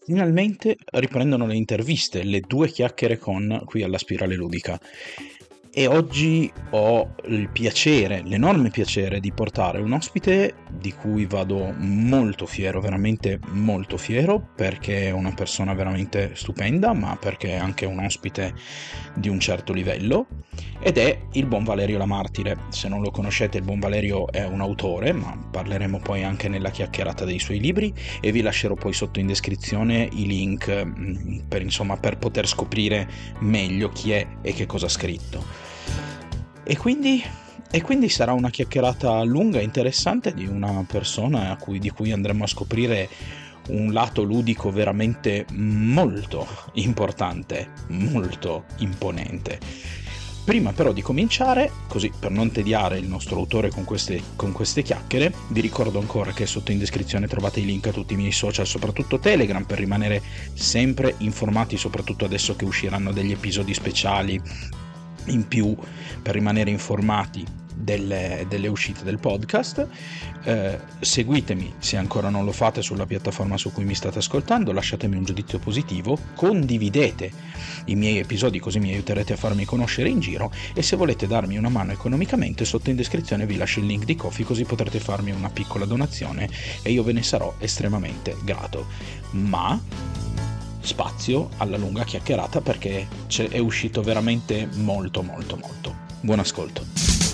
Finalmente riprendono le interviste, le due chiacchiere con qui alla Spirale Ludica. E oggi ho il piacere, l'enorme piacere di portare un ospite di cui vado molto fiero, veramente molto fiero, perché è una persona veramente stupenda, ma perché è anche un ospite di un certo livello, ed è il buon Valerio Lamartire. Se non lo conoscete, il buon Valerio è un autore, ma parleremo poi anche nella chiacchierata dei suoi libri, e vi lascerò poi sotto in descrizione i link per poter scoprire meglio chi è e che cosa ha scritto. E quindi sarà una chiacchierata lunga e interessante di una persona di cui andremo a scoprire un lato ludico veramente molto importante, molto imponente. Prima però di cominciare, così per non tediare il nostro autore con queste chiacchiere, vi ricordo ancora che sotto in descrizione trovate i link a tutti i miei social, soprattutto Telegram, per rimanere sempre informati, soprattutto adesso che usciranno degli episodi speciali in più, per rimanere informati delle uscite del podcast. Seguitemi se ancora non lo fate sulla piattaforma su cui mi state ascoltando, lasciatemi un giudizio positivo, condividete i miei episodi così mi aiuterete a farmi conoscere in giro, e se volete darmi una mano economicamente, sotto in descrizione vi lascio il link di Ko-fi, così potrete farmi una piccola donazione e io ve ne sarò estremamente grato. Ma spazio alla lunga chiacchierata, perché è uscito veramente molto. Buon ascolto.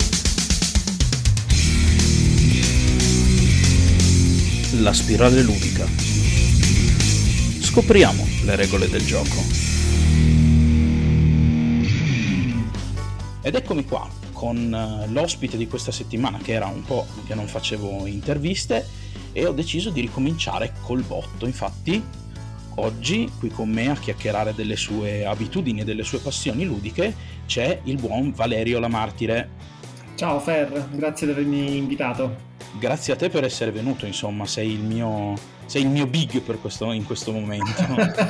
La Spirale Ludica. Scopriamo le regole del gioco. Ed eccomi qua con l'ospite di questa settimana, che era un po' che non facevo interviste e ho deciso di ricominciare col botto. Infatti oggi qui con me a chiacchierare delle sue abitudini e delle sue passioni ludiche c'è il buon Valerio Lamartire. Ciao Fer, grazie di avermi invitato. Grazie a te per essere venuto, insomma, sei il mio big in questo momento.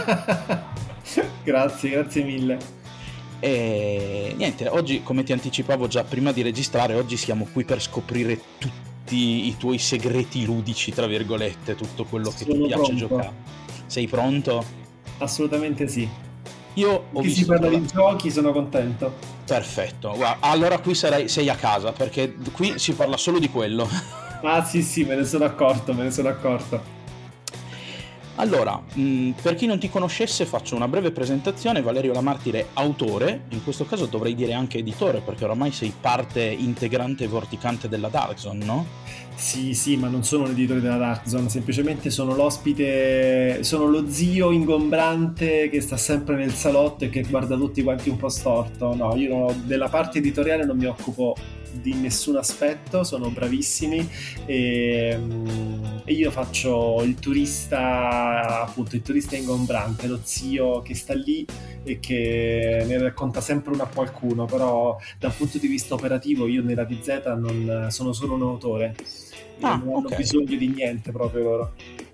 Grazie mille. E niente, oggi, come ti anticipavo già prima di registrare, oggi siamo qui per scoprire tutti i tuoi segreti ludici, tra virgolette, tutto quello che ti piace giocare. Sei pronto? Assolutamente sì. Io ho visto. Si parla di giochi, sono contento. Perfetto, guarda, allora qui sei a casa, perché qui si parla solo di quello. Ah sì, me ne sono accorto. Allora, per chi non ti conoscesse faccio una breve presentazione. Valerio Lamartire, autore, in questo caso dovrei dire anche editore, perché oramai sei parte integrante e vorticante della Dark Zone, no? Sì, ma non sono l'editore della Dark Zone, semplicemente sono l'ospite, sono lo zio ingombrante che sta sempre nel salotto e che guarda tutti quanti un po' storto. No, io della parte editoriale non mi occupo di nessun aspetto, sono bravissimi e io faccio il turista, appunto il turista ingombrante, lo zio che sta lì e che ne racconta sempre una a qualcuno, però dal punto di vista operativo io nella DZ non sono solo un autore. Non hanno bisogno di niente proprio loro.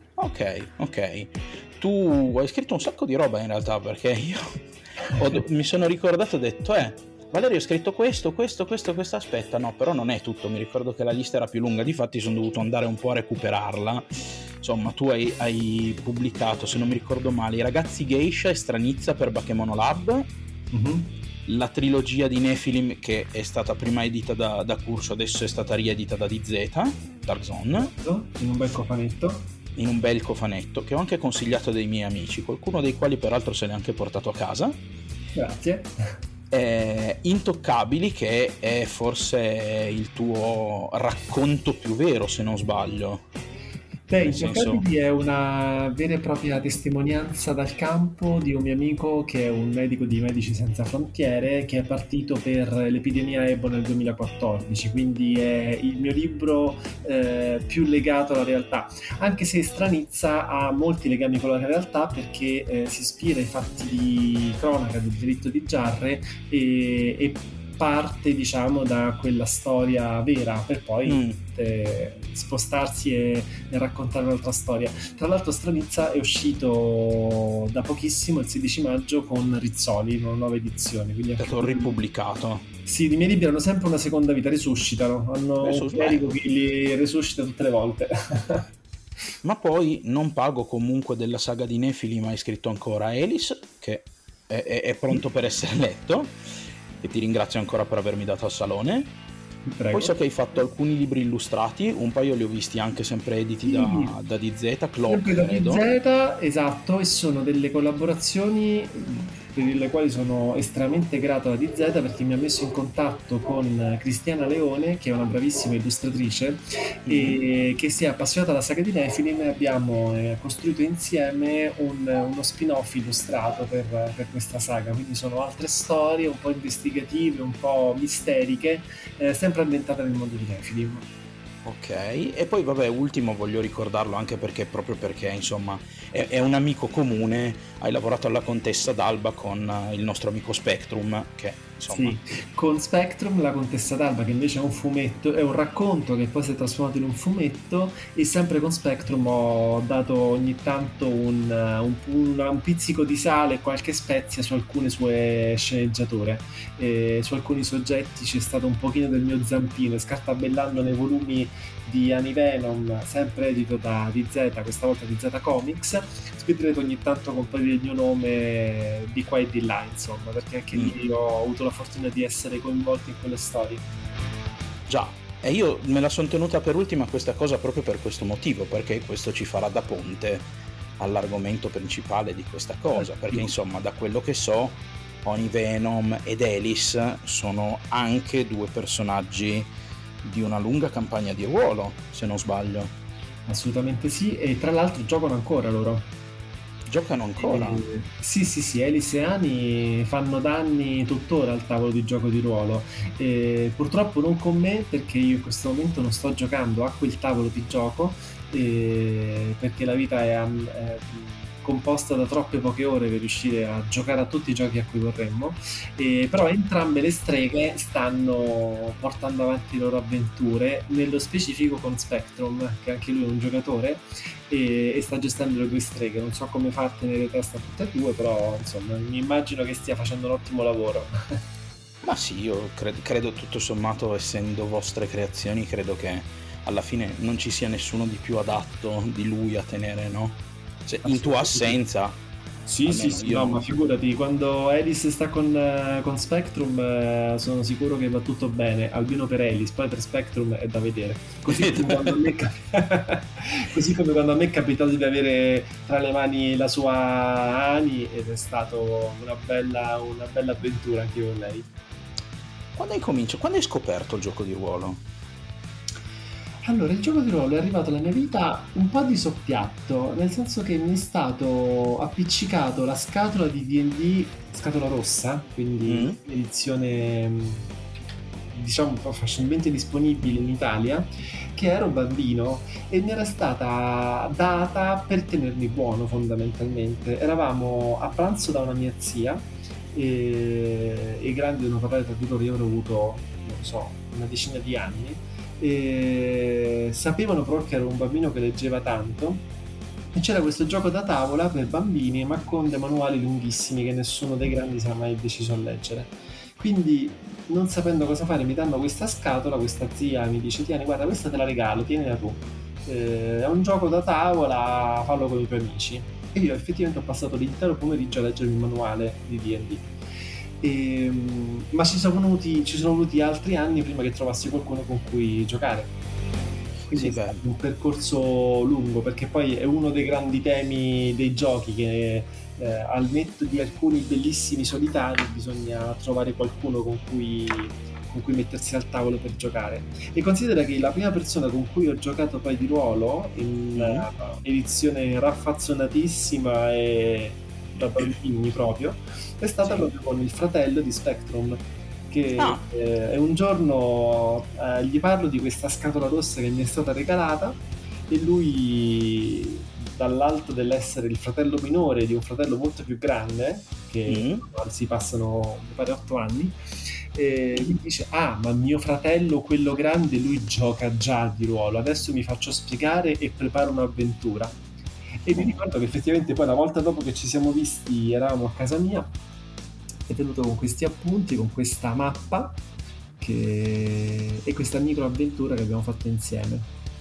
Ok. Tu hai scritto un sacco di roba in realtà, perché io mi sono ricordato e ho detto Valerio ha scritto questo, aspetta, no, però non è tutto, mi ricordo che la lista era più lunga, difatti sono dovuto andare un po' a recuperarla. Insomma, tu hai pubblicato, se non mi ricordo male, I ragazzi geisha e Stranizza per Bakemono Lab, la trilogia di Nephilim, che è stata prima edita da Curso, adesso è stata riedita da DZ, Dark Zone, in un bel cofanetto, che ho anche consigliato a dei miei amici, qualcuno dei quali peraltro se l'è anche portato a casa. Grazie. Intoccabili, che è forse il tuo racconto più vero, se non sbaglio. Intoccabili è una vera e propria testimonianza dal campo di un mio amico che è un medico di Medici Senza Frontiere, che è partito per l'epidemia Ebola nel 2014, quindi è il mio libro più legato alla realtà, anche se Stranizza ha molti legami con la realtà, perché si ispira ai fatti di cronaca del delitto di Giarre e parte, diciamo, da quella storia vera per poi spostarsi e raccontare un'altra storia. Tra l'altro Stranizza è uscito da pochissimo, il 16 maggio, con Rizzoli, una nuova edizione, quindi è stato ripubblicato. Sì, i miei libri hanno sempre una seconda vita, risuscitano, hanno un clerico che li risuscita tutte le volte. Ma poi non pago comunque della saga di Nefili, ma hai scritto ancora Elis, che è pronto per essere letto, e ti ringrazio ancora per avermi dato al salone. Prego. Poi so che hai fatto alcuni libri illustrati, un paio li ho visti anche sempre editi da DZ, Clock Da credo. DZ, esatto, e sono delle collaborazioni per le quali sono estremamente grato a DZ, perché mi ha messo in contatto con Cristiana Leone, che è una bravissima illustratrice e che si è appassionata alla saga di Nephilim, e abbiamo costruito insieme uno spin-off illustrato per questa saga. Quindi sono altre storie un po' investigative, un po' misteriche, sempre ambientate nel mondo di Nephilim. Ok, e poi vabbè, ultimo voglio ricordarlo anche perché insomma è un amico comune, hai lavorato alla Contessa d'Alba con il nostro amico Spectrum, che insomma... Sì, con Spectrum, la Contessa d'Alba, che invece è un fumetto, è un racconto che poi si è trasformato in un fumetto, e sempre con Spectrum ho dato ogni tanto un pizzico di sale e qualche spezia su alcune sue sceneggiature. Su alcuni soggetti c'è stato un pochino del mio zampino, scartabellando nei volumi di Anivenom, sempre edito da DZ, questa volta DZ Comics. Vedrete ogni tanto comparire il mio nome di qua e di là, insomma, perché anche lì ho avuto la fortuna di essere coinvolto in quelle storie. Già, e io me la sono tenuta per ultima questa cosa proprio per questo motivo, perché questo ci farà da ponte all'argomento principale di questa cosa, perché insomma, da quello che so, Oni Venom ed Elis sono anche due personaggi di una lunga campagna di ruolo, se non sbaglio. Assolutamente sì, e tra l'altro giocano ancora loro. Giocano ancora? Sì, Elis e Ani fanno danni tuttora al tavolo di gioco di ruolo. Purtroppo non con me, perché io in questo momento non sto giocando a quel tavolo di gioco, perché la vita è composta da troppe poche ore per riuscire a giocare a tutti i giochi a cui vorremmo, però entrambe le streghe stanno portando avanti le loro avventure, nello specifico con Spectrum, che anche lui è un giocatore e sta gestendo le due streghe. Non so come fa a tenere testa a tutte e due, però insomma mi immagino che stia facendo un ottimo lavoro. Ma sì, io credo tutto sommato, essendo vostre creazioni, credo che alla fine non ci sia nessuno di più adatto di lui a tenere, no? In tua assenza. Sì, no, ma figurati, quando Elis sta con Spectrum sono sicuro che va tutto bene, almeno per Elis, poi per Spectrum è da vedere. Così come quando a me è capitato di avere tra le mani la sua Ani, ed è stato una bella avventura anche con lei. Quando hai scoperto il gioco di ruolo? Allora, il gioco di ruolo è arrivato alla mia vita un po' di soppiatto, nel senso che mi è stato appiccicato la scatola di D&D, scatola rossa, quindi edizione diciamo facilmente disponibile in Italia, che ero bambino, e mi era stata data per tenermi buono fondamentalmente. Eravamo a pranzo da una mia zia, e i grandi del mio fratello, tra di loro io avrò avuto, non so, una decina di anni, e sapevano però che ero un bambino che leggeva tanto, e c'era questo gioco da tavola per bambini ma con dei manuali lunghissimi che nessuno dei grandi si era mai deciso a leggere. Quindi, non sapendo cosa fare, mi danno questa scatola, questa zia mi dice: tieni, guarda, questa te la regalo, tienila tu, è un gioco da tavola, fallo con i tuoi amici. E io effettivamente ho passato l'intero pomeriggio a leggermi il manuale di D&D. Ma ci sono voluti altri anni prima che trovassi qualcuno con cui giocare. Quindi è stato un percorso lungo, perché poi è uno dei grandi temi dei giochi, che al netto di alcuni bellissimi solitari bisogna trovare qualcuno con cui mettersi al tavolo per giocare. E considera che la prima persona con cui ho giocato poi di ruolo, in edizione raffazzonatissima e da bambini proprio, è stata proprio con il fratello di Spectrum, che un giorno gli parlo di questa scatola rossa che mi è stata regalata, e lui, dall'alto dell'essere il fratello minore di un fratello molto più grande, che si passano mi pare 8 anni, mi dice: ah, ma mio fratello, quello grande, lui gioca già di ruolo, adesso mi faccio spiegare e preparo un'avventura. E mi ricordo che effettivamente poi, una volta dopo che ci siamo visti, eravamo a casa mia, è venuto con questi appunti, con questa mappa e questa microavventura che abbiamo fatto insieme.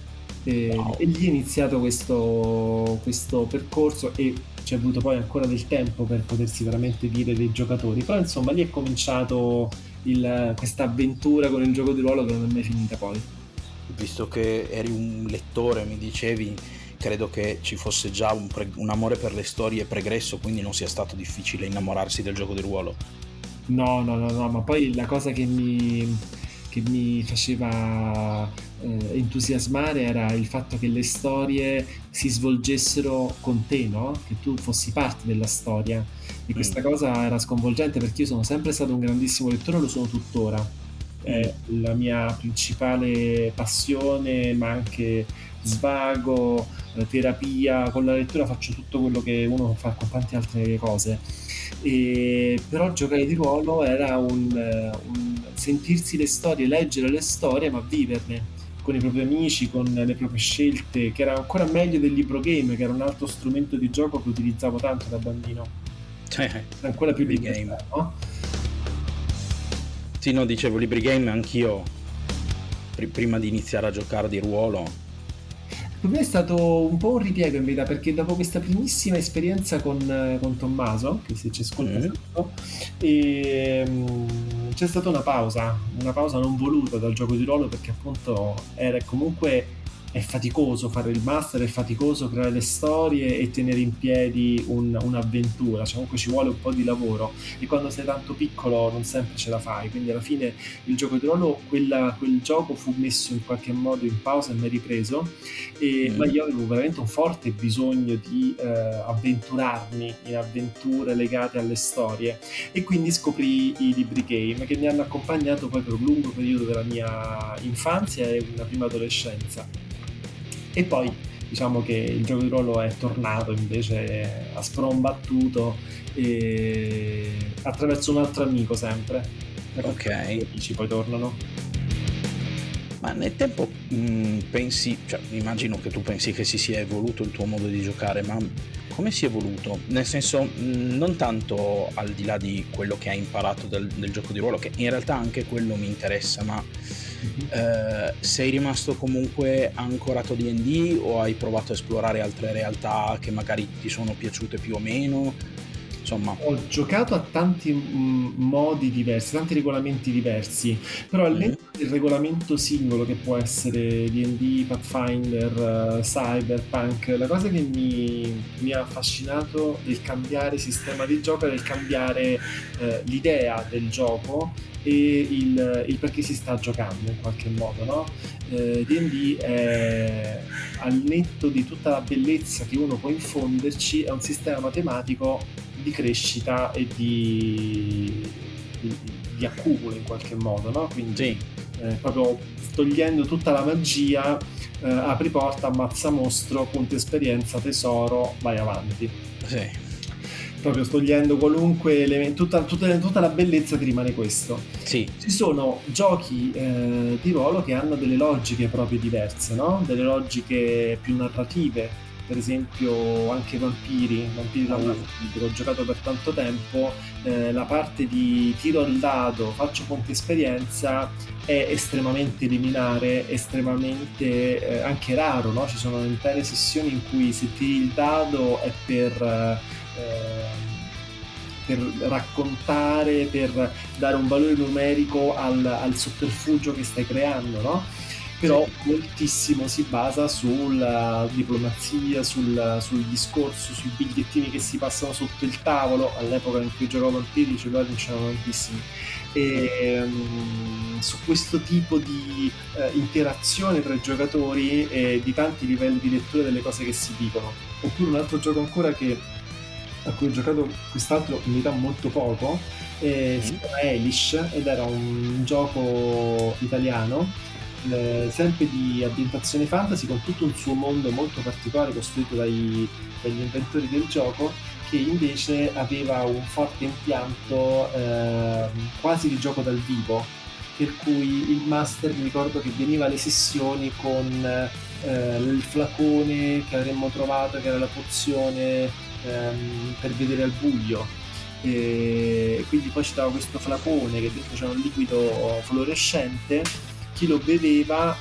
E lì è iniziato questo percorso e ci è voluto poi ancora del tempo per potersi veramente dire dei giocatori, però insomma lì è cominciato questa avventura con il gioco di ruolo che non è mai finita poi. Visto che eri un lettore, mi dicevi, credo che ci fosse già un amore per le storie pregresso, quindi non sia stato difficile innamorarsi del gioco di ruolo. No, ma poi la cosa che mi faceva entusiasmare era il fatto che le storie si svolgessero con te, no? Che tu fossi parte della storia. E questa cosa era sconvolgente perché io sono sempre stato un grandissimo lettore, lo sono tuttora. È la mia principale passione, ma anche svago, terapia. Con la lettura faccio tutto quello che uno fa con tante altre cose. Però giocare di ruolo era un sentirsi le storie, leggere le storie, ma viverle con i propri amici, con le proprie scelte, che era ancora meglio del libro game, che era un altro strumento di gioco che utilizzavo tanto da bambino. Era ancora più game, no? Sì, no, dicevo, libri game anch'io, prima di iniziare a giocare di ruolo. Per me è stato un po' un ripiego in verità, perché dopo questa primissima esperienza con Tommaso, che se ci ascolta c'è stata una pausa non voluta dal gioco di ruolo, perché appunto è faticoso fare il master, è faticoso creare le storie e tenere in piedi un'avventura, cioè comunque ci vuole un po' di lavoro e quando sei tanto piccolo non sempre ce la fai, quindi alla fine il gioco di ruolo, quel gioco fu messo in qualche modo in pausa e mi ha ripreso, ma io avevo veramente un forte bisogno di avventurarmi in avventure legate alle storie e quindi scoprì i libri game che mi hanno accompagnato poi per un lungo periodo della mia infanzia e una prima adolescenza. E poi diciamo che il gioco di ruolo è tornato invece a sprombattuto attraverso un altro amico sempre. Ok. Gli amici poi tornano. Ma nel tempo pensi, cioè immagino che tu pensi che si sia evoluto il tuo modo di giocare, ma come si è evoluto? Nel senso, non tanto al di là di quello che hai imparato del gioco di ruolo, che in realtà anche quello mi interessa, ma sei rimasto comunque ancorato a D&D o hai provato a esplorare altre realtà che magari ti sono piaciute più o meno? Insomma, ho giocato a tanti modi diversi, tanti regolamenti diversi, però all'interno del regolamento singolo che può essere D&D, Pathfinder, Cyberpunk, la cosa che mi ha affascinato del cambiare sistema di gioco era il cambiare l'idea del gioco e il perché si sta giocando in qualche modo, no? D&D è, al netto di tutta la bellezza che uno può infonderci, è un sistema matematico di crescita e di accumulo in qualche modo, no? Quindi sì. Proprio togliendo tutta la magia, apri porta, ammazza mostro, punto esperienza, tesoro, vai avanti. Sì. Proprio togliendo qualunque elemento, tutta la bellezza ti rimane questo. Sì. Ci sono giochi di ruolo che hanno delle logiche proprio diverse, no? Delle logiche più narrative. Per esempio anche Vampiri l'ho giocato per tanto tempo, la parte di tiro al dado, faccio punti esperienza è estremamente liminare, estremamente anche raro, no? Ci sono intere sessioni in cui se tiri il dado è per raccontare, per dare un valore numerico al sotterfugio che stai creando, no? Però moltissimo si basa sulla diplomazia, sul discorso, sui bigliettini che si passano sotto il tavolo. All'epoca in cui giocavo Vampiri cellulari non c'erano tantissimi, e su questo tipo di interazione tra i giocatori e di tanti livelli di lettura delle cose che si dicono. Oppure un altro gioco ancora a cui ho giocato, quest'altro in realtà molto poco, si chiama Elish ed era un gioco italiano, sempre di ambientazione fantasy, con tutto un suo mondo molto particolare costruito dagli inventori del gioco, che invece aveva un forte impianto quasi di gioco dal vivo, per cui il master, mi ricordo che veniva alle sessioni con il flacone che avremmo trovato, che era la pozione per vedere al buio, e quindi poi ci dava questo flacone che dentro c'era un liquido fluorescente, chi lo beveva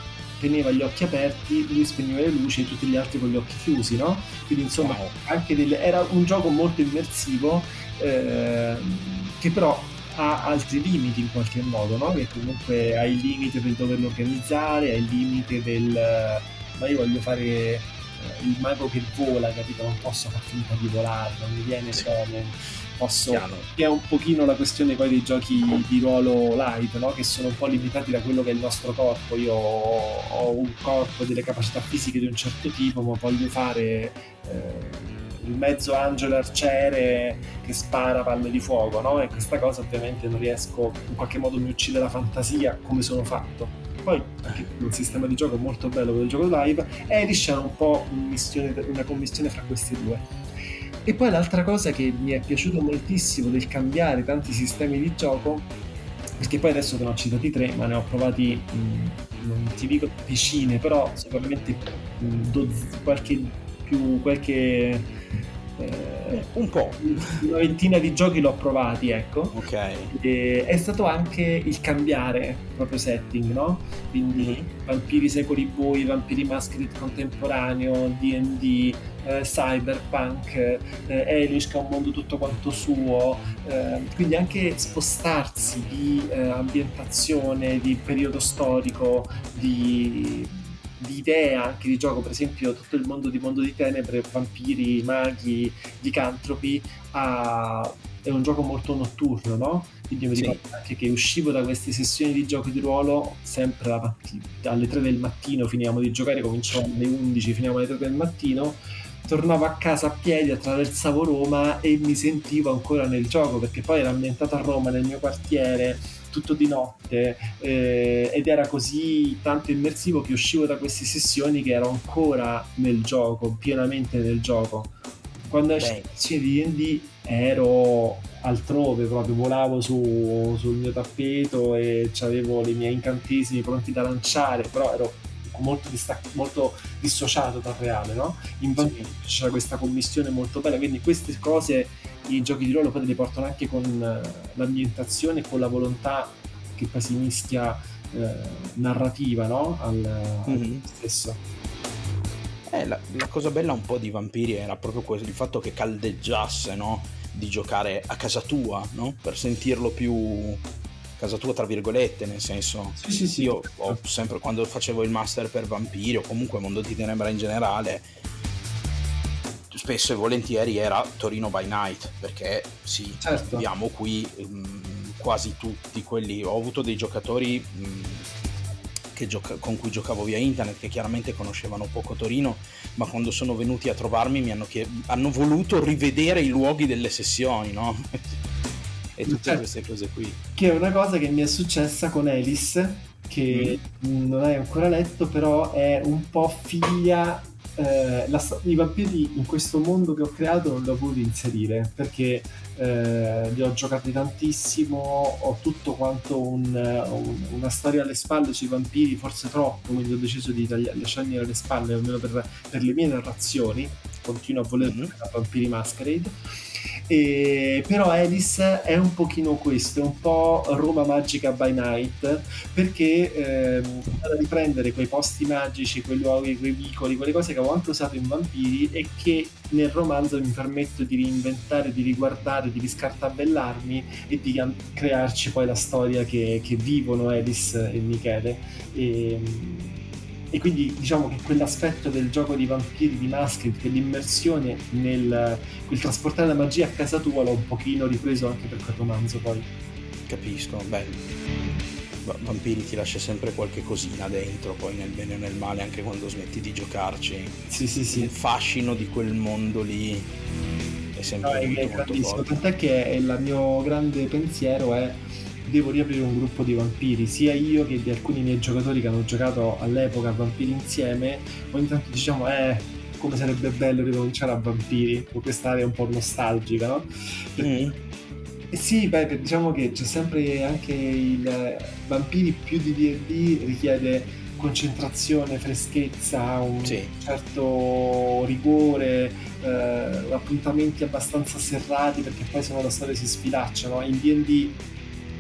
teneva gli occhi aperti, lui spegneva le luci e tutti gli altri con gli occhi chiusi, no? Quindi insomma era un gioco molto immersivo, che però ha altri limiti in qualche modo, no? Che comunque ha il limite del doverlo organizzare, ha il limite del ma io voglio fare il mago che vola, capito? Non posso far finta di volare, non mi viene bene. Posso, che è un pochino la questione poi dei giochi di ruolo light, no? Che sono un po' limitati da quello che è il nostro corpo. Io ho un corpo, delle capacità fisiche di un certo tipo, ma voglio fare il mezzo angelo arciere che spara palle di fuoco, no? E questa cosa ovviamente non riesco, in qualche modo mi uccide la fantasia come sono fatto. Poi anche un sistema di gioco molto bello per il gioco live, Eris era un po' una commistione fra questi due. E poi l'altra cosa che mi è piaciuto moltissimo del cambiare tanti sistemi di gioco, perché poi adesso te ne ho citati 3, ma ne ho provati, non ti dico decine, però sicuramente qualche un po', una ventina di giochi l'ho provati, ecco. Ok. E è stato anche il cambiare proprio setting, no? Quindi Vampiri Secoli Bui, Vampiri Masquerade Contemporaneo, D&D, Cyberpunk, Elish che è un mondo tutto quanto suo, quindi anche spostarsi di ambientazione, di periodo storico, di idea anche di gioco, per esempio tutto il mondo di Tenebre, vampiri, maghi, licantropi, è un gioco molto notturno, no? Quindi mi ricordo anche che uscivo da queste sessioni di giochi di ruolo sempre alle 3 del mattino, finivamo di giocare, cominciavamo alle 11, finivamo alle 3 del mattino, tornavo a casa a piedi, attraversavo Roma e mi sentivo ancora nel gioco, perché poi era ambientato a Roma, nel mio quartiere, tutto di notte, ed era così tanto immersivo che uscivo da queste sessioni che ero ancora nel gioco, pienamente nel gioco. Quando esce la sessione di D&D ero altrove, proprio volavo sul mio tappeto e avevo i miei incantesimi pronti da lanciare, però ero molto dissociato dal reale, no? In Vampiri c'era questa commissione molto bella, quindi queste cose i giochi di ruolo poi te li portano anche con l'ambientazione e con la volontà che poi si mischia narrativa, no? al stesso. La cosa bella un po' di Vampiri era proprio il fatto che caldeggiasse, no? Di giocare a casa tua, no? Per sentirlo più casa tua tra virgolette, nel senso sì. Io ho sempre, quando facevo il master per Vampiri o comunque Mondo di Tenebra in generale, spesso e volentieri era Torino by Night, perché abbiamo qui quasi tutti quelli, ho avuto dei giocatori con cui giocavo via internet che chiaramente conoscevano poco Torino, ma quando sono venuti a trovarmi mi hanno voluto rivedere i luoghi delle sessioni, no? E tutte queste cose qui, che è una cosa che mi è successa con Elis, che non hai ancora letto, però è un po' figlia i vampiri in questo mondo che ho creato non li ho voluti inserire perché li ho giocati tantissimo, ho tutto quanto una storia alle spalle sui vampiri, forse troppo, quindi ho deciso di lasciarmi alle spalle, almeno per le mie narrazioni. Continuo a voler giocare a Vampiri Masquerade. Però Elis è un pochino questo, è un po' Roma Magica by Night, perché vado a riprendere quei posti magici, quei luoghi, quei vicoli, quelle cose che avevo anche usato in Vampiri e che nel romanzo mi permetto di reinventare, di riguardare, di riscartabellarmi e di crearci poi la storia che vivono Elis e Michele. E quindi diciamo che quell'aspetto del gioco di Vampiri di Masquerade, quell'immersione quel trasportare la magia a casa tua, l'ho un pochino ripreso anche per quel romanzo poi. Capisco, Vampiri ti lascia sempre qualche cosina dentro, poi nel bene o nel male, anche quando smetti di giocarci. Sì. Il fascino di quel mondo lì è sempre molto forte. Tant'è che il mio grande pensiero è: devo riaprire un gruppo di vampiri, sia io che di alcuni miei giocatori che hanno giocato all'epoca a Vampiri insieme. Ogni tanto diciamo come sarebbe bello ricominciare a Vampiri, con quest'area un po' nostalgica, no? Sì, diciamo che c'è sempre anche il Vampiri più di D&D richiede concentrazione, freschezza, un certo rigore, appuntamenti abbastanza serrati, perché poi sennò la storia si sfilaccia, no? In D&D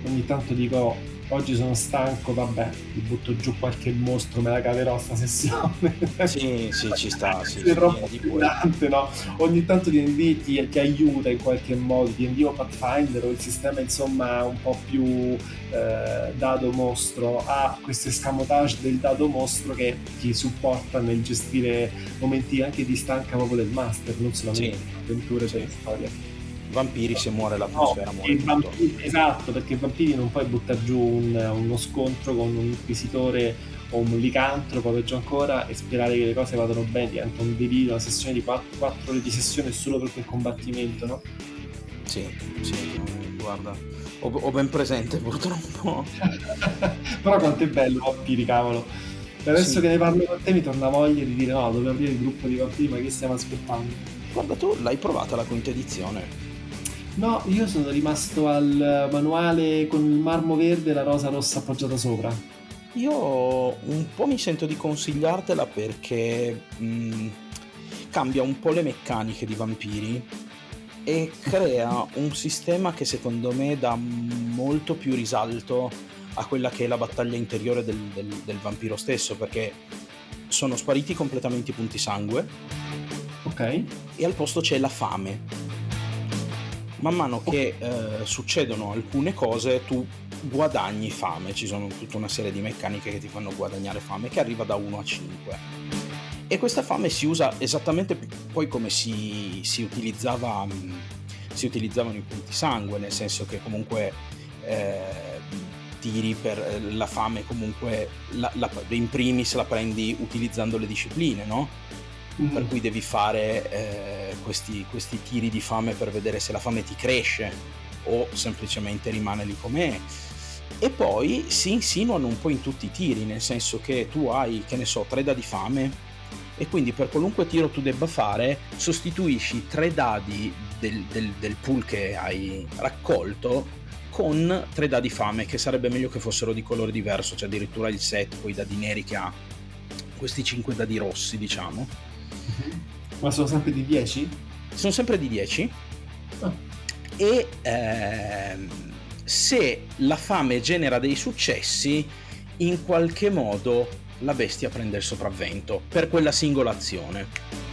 ogni tanto dico, oggi sono stanco, vabbè, mi butto giù qualche mostro, me la caverò sta sessione. Sì, ci sta, sì, È troppo D&D stimolante, no? Ogni tanto D&D ti aiuta in qualche modo, D&D o Pathfinder o il sistema insomma un po' più dado mostro, ha questo escamotage del dado mostro che ti supporta nel gestire momenti anche di stanca proprio del master, non solamente avventure per storia. Vampiri, se muore l'atmosfera, muore tutto. Vampiri, esatto, perché i vampiri non puoi buttare giù uno scontro con un inquisitore o un licantropo, peggio ancora, e sperare che le cose vadano bene, diventa un delirio, una sessione di 4 ore di sessione solo per quel combattimento, no? Sì, guarda, ho ben presente purtroppo. Però quanto è bello vampiri, cavolo. E adesso che ne parlo con te mi torna voglia di dire no, dobbiamo aprire il gruppo di vampiri, ma che stiamo aspettando? Guarda, tu l'hai provata la quinta edizione? No, io sono rimasto al manuale con il marmo verde e la rosa rossa appoggiata sopra. Io un po' mi sento di consigliartela perché cambia un po' le meccaniche di vampiri e crea un sistema che secondo me dà molto più risalto a quella che è la battaglia interiore del vampiro stesso, perché sono spariti completamente i punti sangue. Ok. E al posto c'è la fame. Man mano che succedono alcune cose tu guadagni fame, ci sono tutta una serie di meccaniche che ti fanno guadagnare fame, che arriva da 1 a 5, e questa fame si usa esattamente poi come si utilizzavano i punti sangue, nel senso che comunque tiri per la fame, comunque in primis la prendi utilizzando le discipline, no? Per cui devi fare questi tiri di fame per vedere se la fame ti cresce o semplicemente rimane lì com'è. E poi si insinuano un po' in tutti i tiri, nel senso che tu hai, che ne so, 3 dadi fame, e quindi per qualunque tiro tu debba fare sostituisci 3 dadi del pool che hai raccolto con 3 dadi fame, che sarebbe meglio che fossero di colore diverso, cioè addirittura il set con i dadi neri che ha questi 5 dadi rossi, diciamo. Ma sono sempre di 10? Sono sempre di 10. E se la fame genera dei successi, in qualche modo la bestia prende il sopravvento per quella singola azione.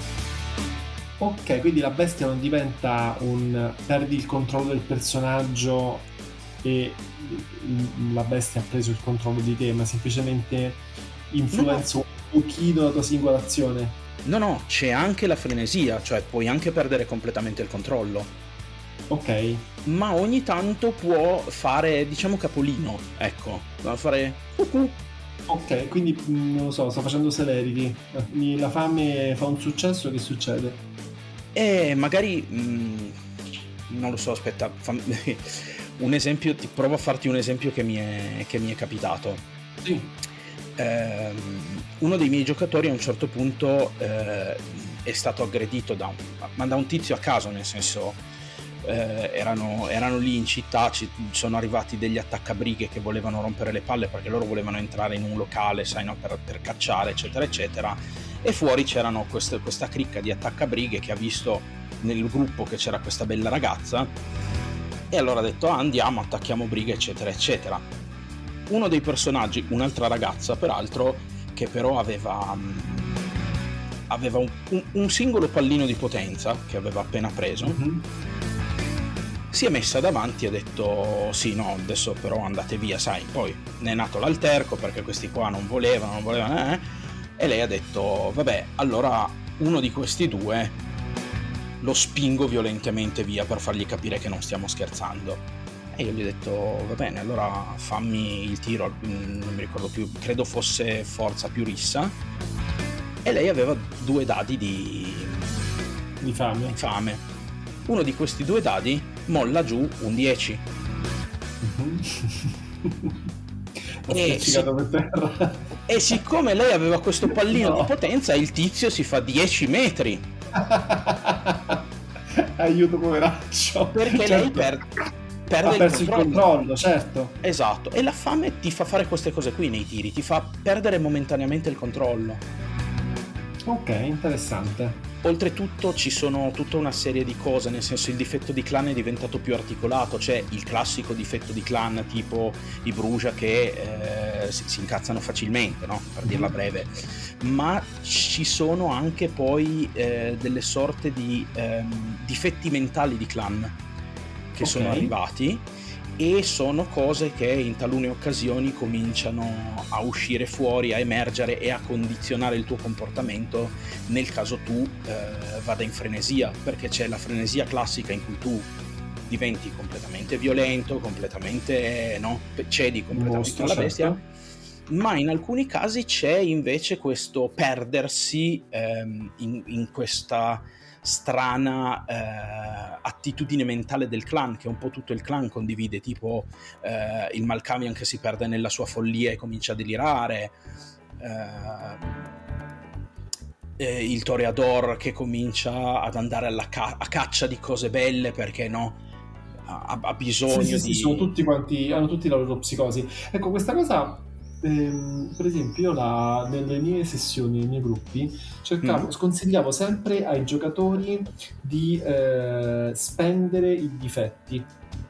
Ok, quindi la bestia non diventa perdi il controllo del personaggio e la bestia ha preso il controllo di te, ma semplicemente influenza un pochino la tua singola azione. No, c'è anche la frenesia, cioè puoi anche perdere completamente il controllo. Ok. Ma ogni tanto può fare, diciamo, capolino, ecco, va a fare Ok, quindi non lo so, sto facendo celerity. La fame fa un successo, che succede? E magari non lo so, aspetta, un esempio, ti provo a farti un esempio che mi è capitato. Sì. Uno dei miei giocatori a un certo punto è stato aggredito da un tizio a caso, nel senso erano lì in città, ci sono arrivati degli attaccabrighe che volevano rompere le palle perché loro volevano entrare in un locale, sai, no, per cacciare eccetera eccetera, e fuori c'erano questa cricca di attaccabrighe che ha visto nel gruppo che c'era questa bella ragazza, e allora ha detto andiamo, attacchiamo brighe eccetera eccetera. Uno dei personaggi, un'altra ragazza peraltro, che però aveva un singolo pallino di potenza che aveva appena preso, si è messa davanti e ha detto sì, no, adesso però andate via, sai. Poi ne è nato l'alterco perché questi qua non volevano e lei ha detto vabbè, allora uno di questi due lo spingo violentemente via per fargli capire che non stiamo scherzando. E io gli ho detto va bene, allora fammi il tiro, non mi ricordo più, credo fosse forza più rissa, e lei aveva 2 dadi di fame. Uno di questi 2 dadi molla giù un 10. E siccome lei aveva questo pallino di potenza, il tizio si fa 10 metri. Aiuto, poveraccio. Perché certo. Lei perde ha perso il controllo, certo. Esatto, e la fame ti fa fare queste cose qui nei tiri, ti fa perdere momentaneamente il controllo. Ok, interessante. Oltretutto ci sono tutta una serie di cose, nel senso il difetto di clan è diventato più articolato, c'è il classico difetto di clan tipo i Bruja che si incazzano facilmente, no? Per dirla breve, ma ci sono anche poi delle sorte di difetti mentali di clan che sono arrivati, e sono cose che in talune occasioni cominciano a uscire fuori, a emergere e a condizionare il tuo comportamento nel caso tu vada in frenesia, perché c'è la frenesia classica in cui tu diventi completamente violento, completamente, no, cedi completamente alla bestia, ma in alcuni casi c'è invece questo perdersi in questa strana attitudine mentale del clan, che un po' tutto il clan condivide, tipo il Malkavian che si perde nella sua follia e comincia a delirare, il Toreador che comincia ad andare a caccia di cose belle perché no, ha bisogno di... sono tutti quanti, hanno tutti la loro psicosi. Ecco, questa cosa per esempio io nelle mie sessioni, nei miei gruppi sconsigliavo sempre ai giocatori di spendere i difetti,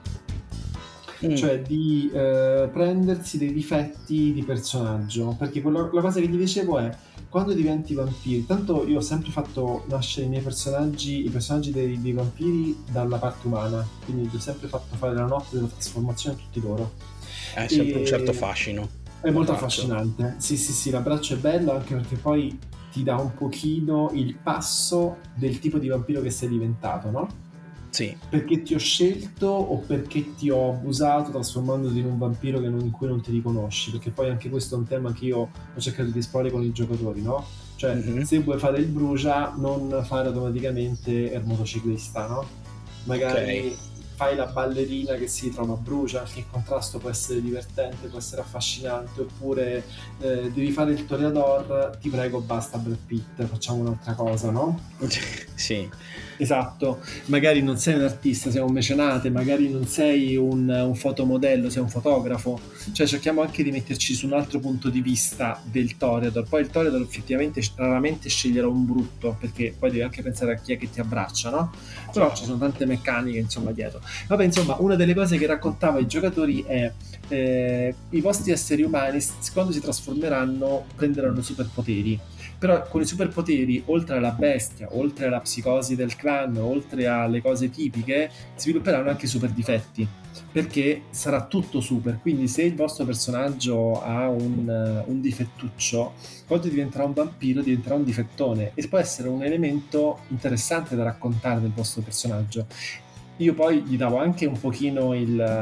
cioè di prendersi dei difetti di personaggio, perché la cosa che gli dicevo è: quando diventi vampiri, tanto io ho sempre fatto nascere i personaggi dei vampiri dalla parte umana, quindi ho sempre fatto fare la notte della trasformazione a tutti loro. È sempre un certo fascino. È molto affascinante. Sì, l'abbraccio è bello anche perché poi ti dà un pochino il passo del tipo di vampiro che sei diventato, no? Sì. Perché ti ho scelto o perché ti ho abusato trasformandoti in un vampiro in cui non ti riconosci? Perché poi anche questo è un tema che io ho cercato di esplorare con i giocatori, no? Cioè, se vuoi fare il Bruja, non fare automaticamente il motociclista, no? Magari fai la ballerina che si trova Brucia, che il contrasto può essere divertente, può essere affascinante, oppure devi fare il Toreador, ti prego basta Brad Pitt, facciamo un'altra cosa, no? Sì. Esatto, magari non sei un artista, sei un mecenate, magari non sei un fotomodello, sei un fotografo, cioè cerchiamo anche di metterci su un altro punto di vista del Toreador. Poi il Toreador effettivamente raramente sceglierà un brutto, perché poi devi anche pensare a chi è che ti abbraccia, no? Però ci sono tante meccaniche insomma dietro. Vabbè, insomma, una delle cose che raccontava ai giocatori è i vostri esseri umani quando si trasformeranno prenderanno superpoteri. Però con i superpoteri, oltre alla bestia, oltre alla psicosi del clan, oltre alle cose tipiche, svilupperanno anche super difetti, perché sarà tutto super. Quindi se il vostro personaggio ha un difettuccio, quando diventerà un vampiro diventerà un difettone, e può essere un elemento interessante da raccontare del vostro personaggio. Io poi gli davo anche un pochino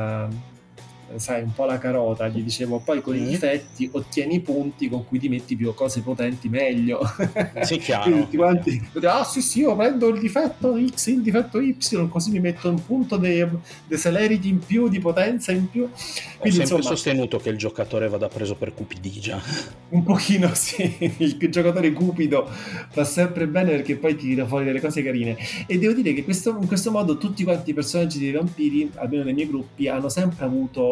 un po' la carota, gli dicevo: poi con i difetti ottieni i punti con cui ti metti più cose potenti meglio. Sì, chiaro. Tutti quanti sì, io prendo il difetto X, il difetto Y, così mi metto un punto di celerity in più, di potenza in più. Quindi, ho sempre sostenuto che il giocatore vada preso per cupidigia. Un pochino sì, il giocatore cupido fa sempre bene perché poi ti tira fuori delle cose carine. E devo dire che in questo modo tutti quanti i personaggi dei vampiri, almeno nei miei gruppi, hanno sempre avuto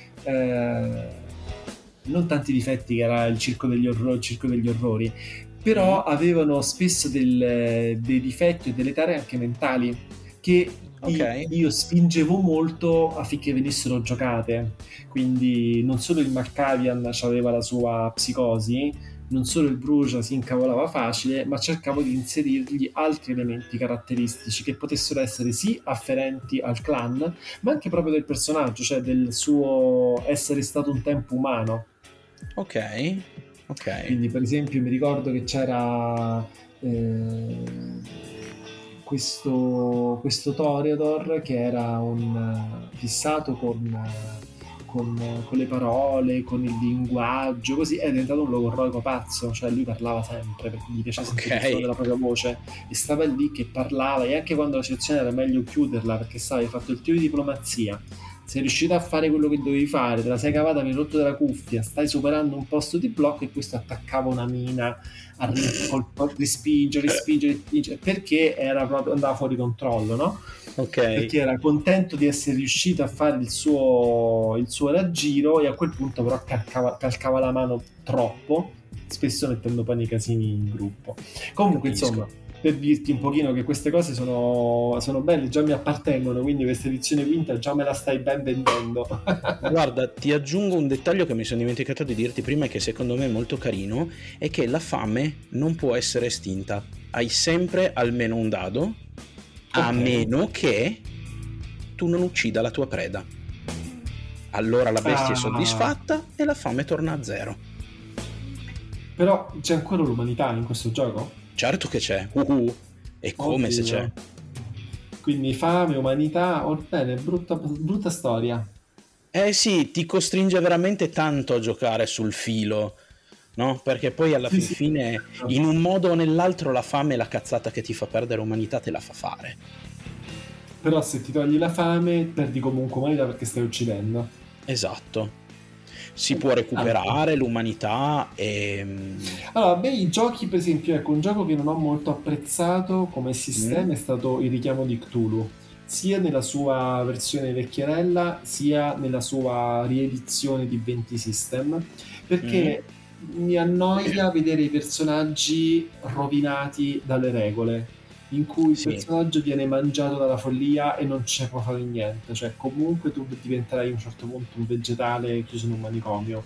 non tanti difetti, che era il circo degli orrori, però avevano spesso dei difetti e delle tare anche mentali che io spingevo molto affinché venissero giocate. Quindi non solo il Malkavian aveva la sua psicosi, non solo il Brucia si incavolava facile, ma cercavo di inserirgli altri elementi caratteristici che potessero essere sì afferenti al clan, ma anche proprio del personaggio, cioè del suo essere stato un tempo umano. Ok. Quindi per esempio mi ricordo che c'era questo Toreador che era un fissato con le parole, con il linguaggio, così è diventato un logorroico pazzo, cioè lui parlava sempre perché gli piaceva sentire il suono della propria voce, e stava lì che parlava, e anche quando la situazione era meglio chiuderla perché hai fatto il tiro di diplomazia, sei riuscito a fare quello che dovevi fare, te la sei cavata, mi hai rotto della cuffia, stai superando un posto di blocco, e questo attaccava una mina a rispingere, perché era proprio, andava fuori controllo, no? Perché era contento di essere riuscito a fare il suo raggiro, e a quel punto però calcava la mano troppo, spesso mettendo poi nei casini in gruppo. Comunque insomma, per dirti un pochino che queste cose sono belle, già mi appartengono, quindi questa edizione quinta già me la stai ben vendendo. Guarda, ti aggiungo un dettaglio che mi sono dimenticato di dirti prima e che secondo me è molto carino, è che la fame non può essere estinta. Hai sempre almeno un dado, a meno che tu non uccida la tua preda. Allora la bestia è soddisfatta e la fame torna a zero. Però c'è ancora l'umanità in questo gioco? Certo che c'è. E come se c'è. Quindi fame, umanità, bene, brutta storia. Sì, ti costringe veramente tanto a giocare sul filo, no? Perché poi alla fine, in un modo o nell'altro, la fame e la cazzata che ti fa perdere umanità te la fa fare. Però se ti togli la fame, perdi comunque umanità perché stai uccidendo. Esatto. Si può recuperare l'umanità e... Allora, a me i giochi, per esempio, ecco, un gioco che non ho molto apprezzato come sistema è stato il richiamo di Cthulhu, sia nella sua versione vecchierella, sia nella sua riedizione di 20 System, perché mi annoia vedere i personaggi rovinati dalle regole, in cui il personaggio viene mangiato dalla follia e non ce può fare niente, cioè comunque tu diventerai a un certo punto un vegetale chiuso in un manicomio,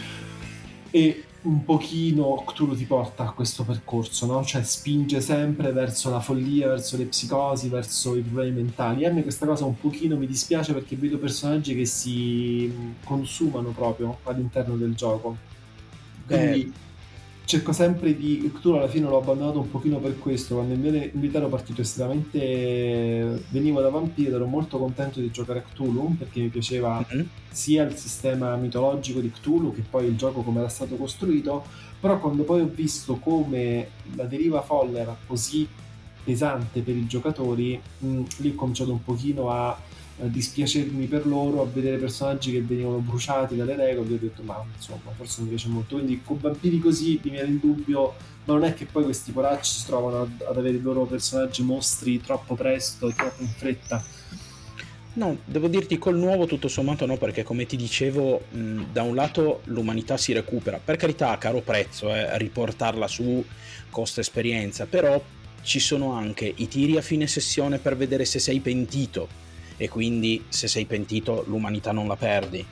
e un pochino Cthulhu ti porta a questo percorso, no? Cioè spinge sempre verso la follia, verso le psicosi, verso i problemi mentali. A me questa cosa un pochino mi dispiace perché vedo personaggi che si consumano proprio all'interno del gioco, quindi cerco sempre di... Cthulhu alla fine l'ho abbandonato un pochino per questo. Quando in verità ero partito estremamente... venivo da Vampiro, ero molto contento di giocare a Cthulhu perché mi piaceva sia il sistema mitologico di Cthulhu che poi il gioco come era stato costruito, però quando poi ho visto come la deriva folle era così pesante per i giocatori, lì ho cominciato un pochino a dispiacermi per loro, a vedere personaggi che venivano bruciati dalle regole. Ho detto ma insomma forse mi piace molto, quindi con vampiri così mi viene il dubbio, ma non è che poi questi poracci si trovano ad avere i loro personaggi mostri troppo presto, troppo in fretta? No, devo dirti col nuovo tutto sommato no, perché come ti dicevo da un lato l'umanità si recupera, per carità a caro prezzo, riportarla su costa esperienza, però ci sono anche i tiri a fine sessione per vedere se sei pentito, e quindi se sei pentito l'umanità non la perdi,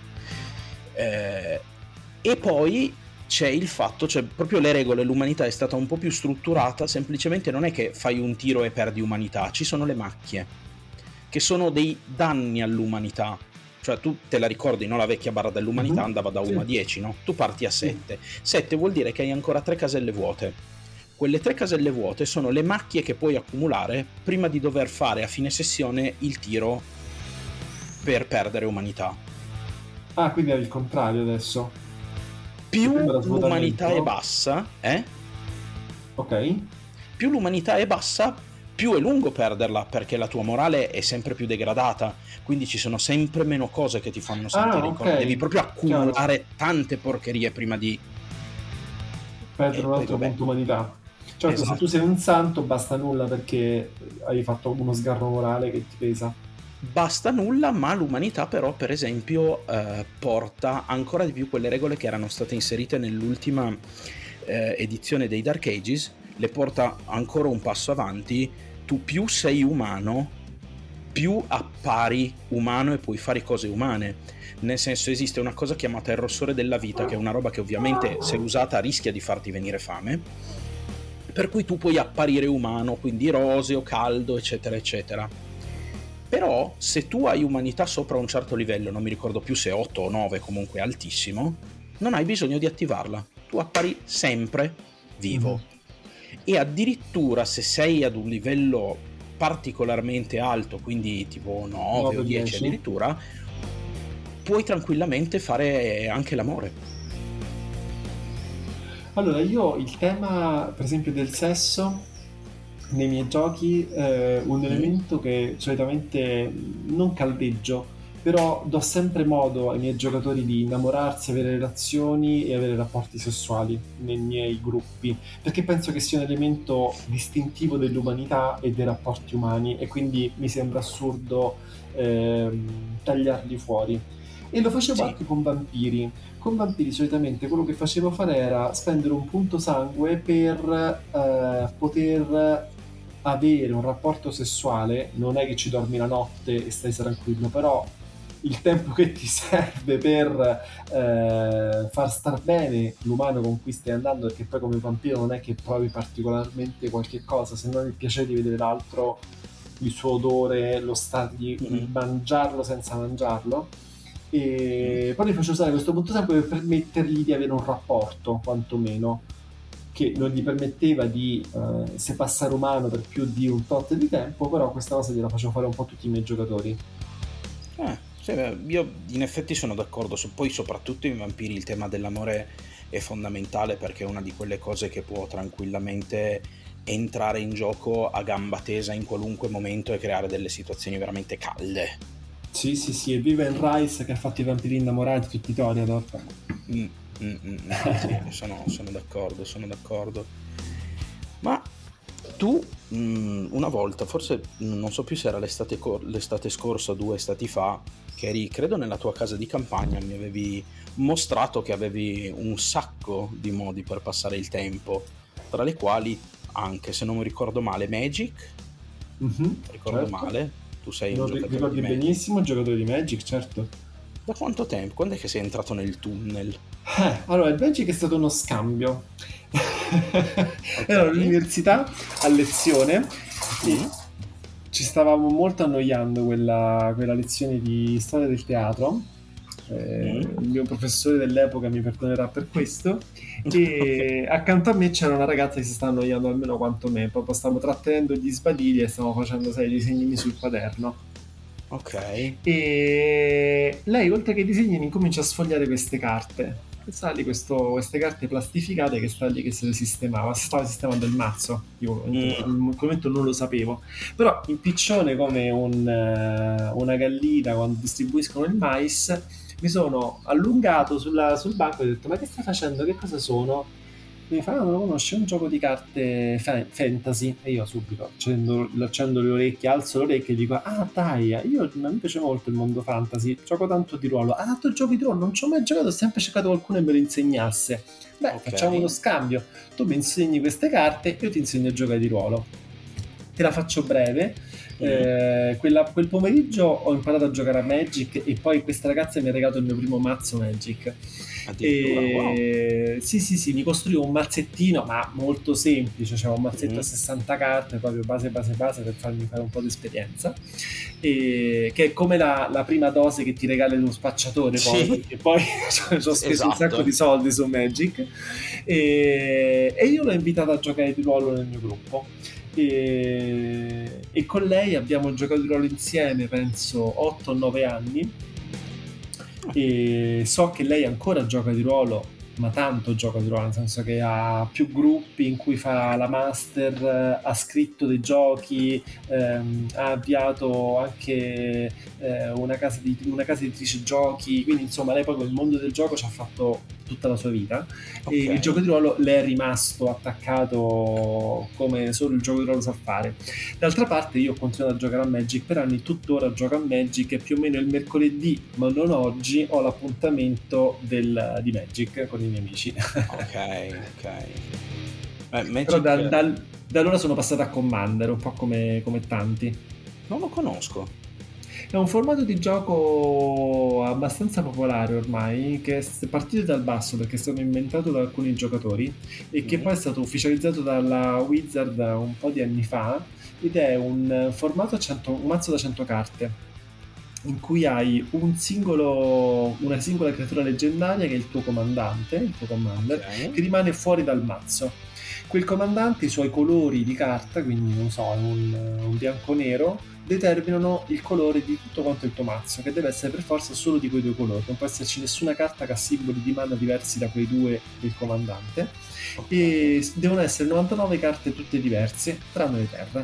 e poi c'è il fatto, cioè proprio le regole, l'umanità è stata un po' più strutturata, semplicemente non è che fai un tiro e perdi umanità, ci sono le macchie che sono dei danni all'umanità, cioè tu te la ricordi, no? La vecchia barra dell'umanità andava da 1 a 10, no? Tu parti a 7, 7 vuol dire che hai ancora 3 caselle vuote. Quelle 3 caselle vuote sono le macchie che puoi accumulare prima di dover fare a fine sessione il tiro per perdere umanità. Ah, quindi è il contrario adesso. Più l'umanità è bassa, ok, più l'umanità è bassa, più è lungo perderla, perché la tua morale è sempre più degradata, quindi ci sono sempre meno cose che ti fanno sentire in colpa. Devi proprio accumulare tante porcherie prima di perdere un altro punto umanità. Certo, se tu sei un santo basta nulla perché hai fatto uno sgarro morale che ti pesa. Basta nulla, ma l'umanità però per esempio porta ancora di più quelle regole che erano state inserite nell'ultima edizione dei Dark Ages, le porta ancora un passo avanti. Tu più sei umano, più appari umano e puoi fare cose umane, nel senso esiste una cosa chiamata il rossore della vita, che è una roba che ovviamente se usata rischia di farti venire fame, per cui tu puoi apparire umano, quindi roseo, caldo, eccetera eccetera. Però se tu hai umanità sopra un certo livello, non mi ricordo più se 8 o 9, comunque altissimo, non hai bisogno di attivarla, tu appari sempre vivo. E addirittura se sei ad un livello particolarmente alto, quindi tipo 9 o 10 addirittura, puoi tranquillamente fare anche l'amore. Allora, io il tema per esempio del sesso nei miei giochi un elemento che solitamente non caldeggio, però do sempre modo ai miei giocatori di innamorarsi, avere relazioni e avere rapporti sessuali nei miei gruppi, perché penso che sia un elemento distintivo dell'umanità e dei rapporti umani, e quindi mi sembra assurdo tagliarli fuori. E lo facevo anche con vampiri. Con vampiri solitamente quello che facevo fare era spendere un punto sangue per poter avere un rapporto sessuale, non è che ci dormi la notte e stai tranquillo, però il tempo che ti serve per far star bene l'umano con cui stai andando, perché poi come vampiro non è che provi particolarmente qualche cosa, se non il piacere di vedere l'altro, il suo odore, lo di mangiarlo senza mangiarlo. E poi li faccio usare questo punto sempre per permettergli di avere un rapporto, quantomeno, che non gli permetteva di se passare umano per più di un tot di tempo, però questa cosa gliela facevo fare un po' a tutti i miei giocatori. Sì, io in effetti sono d'accordo, poi soprattutto in Vampiri il tema dell'amore è fondamentale, perché è una di quelle cose che può tranquillamente entrare in gioco a gamba tesa in qualunque momento e creare delle situazioni veramente calde. Sì, e Vivian Rice che ha fatto i vampiri innamorati tutti i Toreador. Sì, sono d'accordo. Ma tu una volta, forse non so più se era l'estate scorsa o 2 estati fa, che eri credo nella tua casa di campagna, mi avevi mostrato che avevi un sacco di modi per passare il tempo, tra le quali anche, se non mi ricordo male, Magic. Ricordo certo. Male? Tu sei un giocatore ricordi di benissimo, un giocatore di Magic, certo. Da quanto tempo? Quando è che sei entrato nel tunnel? Allora, il Magic è stato uno scambio. Ero all'università a lezione e ci stavamo molto annoiando quella lezione di storia del teatro. Il mio professore dell'epoca mi perdonerà per questo. E accanto a me c'era una ragazza che si sta annoiando almeno quanto me. Proprio stavo trattenendo gli sbadili e stavo facendo, sai, i disegnini sul quaderno. Ok. E lei, oltre che i disegni, incomincia a sfogliare queste carte. E sta lì queste carte plastificate che sta lì che se le sistemava. Stava sistemando il mazzo. Io in quel momento non lo sapevo. Però in piccione come una gallina quando distribuiscono il mais, mi sono allungato sul banco e ho detto: ma che stai facendo? Che cosa sono? Mi fa: non lo conosci, è un gioco di carte fantasy. E io subito accendo le orecchie, alzo le orecchie e dico: ah dai, mi piace molto il mondo fantasy, gioco tanto di ruolo. Ah, tu giochi di ruolo? Non ci ho mai giocato, ho sempre cercato qualcuno che me lo insegnasse. Beh, facciamo uno scambio, tu mi insegni queste carte, io ti insegno a giocare di ruolo. Te la faccio breve. Quel pomeriggio ho imparato a giocare a Magic e poi questa ragazza mi ha regalato il mio primo mazzo Magic. Wow. Sì, mi costruivo un mazzettino, ma molto semplice, c'era un mazzetto a 60 carte, proprio base per farmi fare un po' di esperienza, che è come la prima dose che ti regala uno spacciatore, poi, perché poi ci ho speso un sacco di soldi su Magic, e io l'ho invitata a giocare di ruolo nel mio gruppo. E con lei abbiamo giocato di ruolo insieme penso 8 o 9 anni e so che lei ancora gioca di ruolo, ma tanto gioca di ruolo, nel senso che ha più gruppi in cui fa la master, ha scritto dei giochi, ha avviato anche una casa editrice giochi, quindi insomma lei proprio il mondo del gioco ci ha fatto tutta la sua vita. E il gioco di ruolo le è rimasto attaccato come solo il gioco di ruolo sa fare. D'altra parte io ho continuato a giocare a Magic per anni, tuttora gioco a Magic e più o meno il mercoledì, ma non oggi, ho l'appuntamento di Magic con i miei amici. Ok. Magic... Però da allora sono passato a Commander, un po' come tanti. Non lo conosco. È un formato di gioco abbastanza popolare ormai, che è partito dal basso perché è stato inventato da alcuni giocatori e che poi è stato ufficializzato dalla Wizard un po' di anni fa, ed è un formato un mazzo da 100 carte in cui hai una singola creatura leggendaria che è il tuo comandante, il tuo commander, che rimane fuori dal mazzo. Quel comandante, i suoi colori di carta, quindi non so, un bianco-nero, determinano il colore di tutto quanto il tuo mazzo, che deve essere per forza solo di quei due colori, non può esserci nessuna carta che ha simboli di mana diversi da quei due del comandante, e devono essere 99 carte tutte diverse, tranne le terre.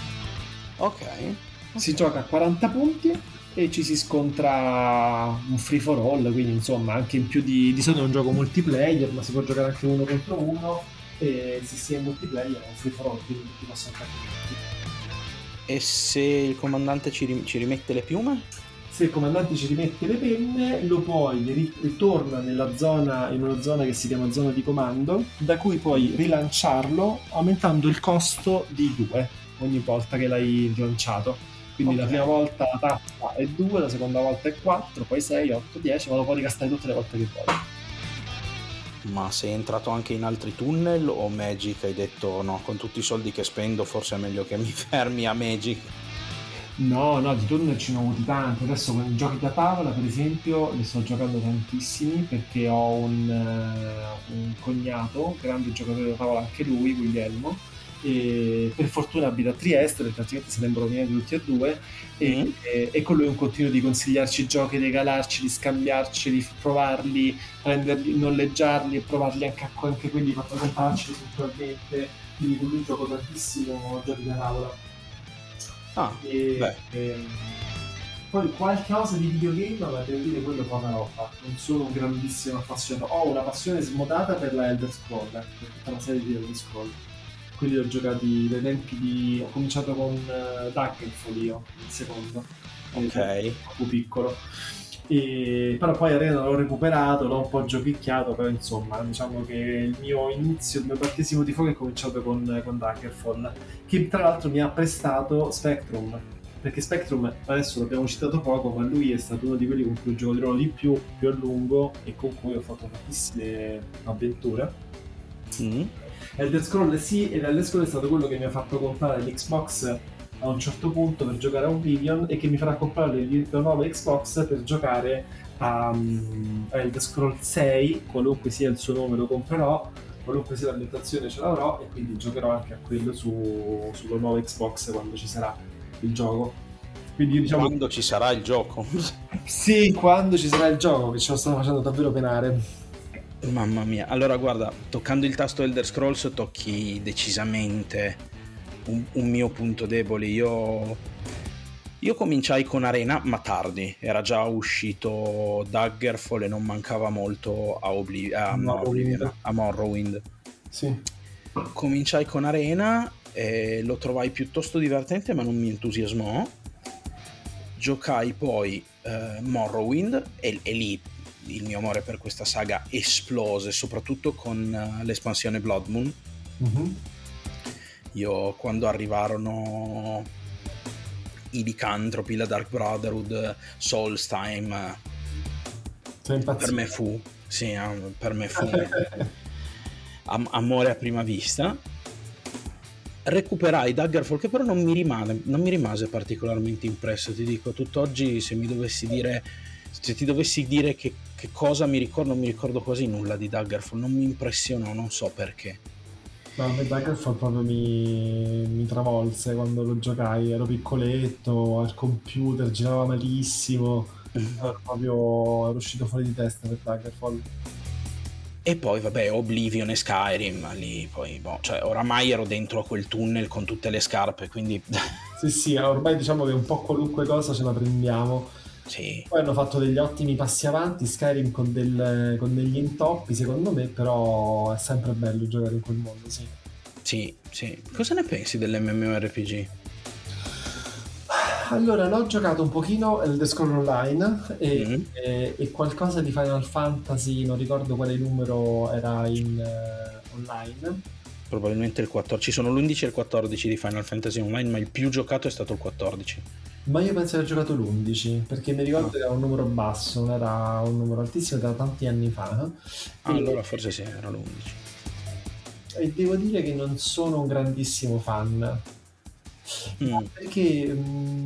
Si gioca a 40 punti e ci si scontra un free for all, quindi insomma anche in più di solito è un gioco multiplayer, ma si può giocare anche uno contro uno, e se si è multiplayer è un free for all, quindi tutti possono fare tutti. E se il comandante ci rimette le piume? Se il comandante ci rimette le penne, lo poi ritorna in una zona che si chiama zona di comando, da cui puoi rilanciarlo aumentando il costo di 2, ogni volta che l'hai lanciato. Quindi la prima volta la tappa è 2, la seconda volta è 4, poi 6, 8, 10, ma lo puoi ricastare tutte le volte che vuoi. Ma sei entrato anche in altri tunnel o Magic hai detto no, con tutti i soldi che spendo forse è meglio che mi fermi a Magic? No, di tunnel ce ne ho avuti tanti. Adesso con i giochi da tavola, per esempio, li sto giocando tantissimi perché ho un cognato, grande giocatore da tavola anche lui, Guglielmo, e per fortuna abita a Trieste perché altrimenti saremmo rovinati tutti e due, e con lui un continuo di consigliarci giochi, regalarci, di scambiarci, provarli, prenderli, noleggiarli e provarli anche quelli, per comprarci puntualmente. Quindi con lui gioco tantissimo giochi da tavola. Poi qualche cosa di videogame, ma devo dire quello poca roba. Non sono un grandissimo appassionato. Ho una passione smodata per la Elder Scrolls, per tutta la serie di Elder Scrolls. Quindi ho giocati dai tempi di... ho cominciato con Daggerfall io, il secondo. Ok. Troppo piccolo. Però poi Arena l'ho recuperato, l'ho un po' giochicchiato, però insomma diciamo che il mio battesimo di fuoco è cominciato con Daggerfall, che tra l'altro mi ha prestato Spectrum, perché Spectrum adesso l'abbiamo citato poco, ma lui è stato uno di quelli con cui ho giocato di ruolo di più a lungo e con cui ho fatto tantissime avventure. Elder Scrolls sì, ed Elder Scrolls è stato quello che mi ha fatto comprare l'Xbox a un certo punto per giocare a Oblivion e che mi farà comprare la nuova Xbox per giocare a Elder Scrolls 6, qualunque sia il suo nome lo comprerò, qualunque sia l'ambientazione ce l'avrò, e quindi giocherò anche a quello sulla nuova Xbox quando ci sarà il gioco. Quindi diciamo quando ci sarà il gioco? Sì, quando ci sarà il gioco, che ce lo stanno facendo davvero penare. Mamma mia, allora guarda, toccando il tasto Elder Scrolls tocchi decisamente un mio punto debole. Io cominciai con Arena, ma tardi, era già uscito Daggerfall e non mancava molto a Morrowind. Sì. Cominciai con Arena e lo trovai piuttosto divertente, ma non mi entusiasmò. Giocai poi Morrowind e lì il mio amore per questa saga esplose, soprattutto con l'espansione Blood Moon. Io quando arrivarono i Licantropi, la Dark Brotherhood, Solstheim, per me fu amore a prima vista. Recuperai Daggerfall, che però non mi rimase particolarmente impresso, ti dico. Tutt'oggi se ti dovessi dire che cosa mi ricordo, non mi ricordo quasi nulla di Daggerfall, non mi impressionò, non so perché. No, a me Daggerfall proprio mi travolse quando lo giocai, ero piccoletto, al computer, girava malissimo, ero uscito fuori di testa per Daggerfall. E poi vabbè, Oblivion e Skyrim, lì poi cioè oramai ero dentro a quel tunnel con tutte le scarpe, quindi sì, ormai diciamo che un po' qualunque cosa ce la prendiamo. Sì. Poi hanno fatto degli ottimi passi avanti, Skyrim con degli intoppi secondo me, però è sempre bello giocare in quel mondo, sì. Sì. Cosa ne pensi dell'MMORPG? Allora, l'ho giocato un pochino Elder Scrolls Online e qualcosa di Final Fantasy, non ricordo quale numero era in online. Probabilmente il 14, ci sono l'11 e il 14 di Final Fantasy Online, ma il più giocato è stato il 14. Ma io penso di aver giocato l'11, perché mi ricordo che era un numero basso, non era un numero altissimo, era tanti anni fa. Allora forse sì, era l'11. E devo dire che non sono un grandissimo fan, perché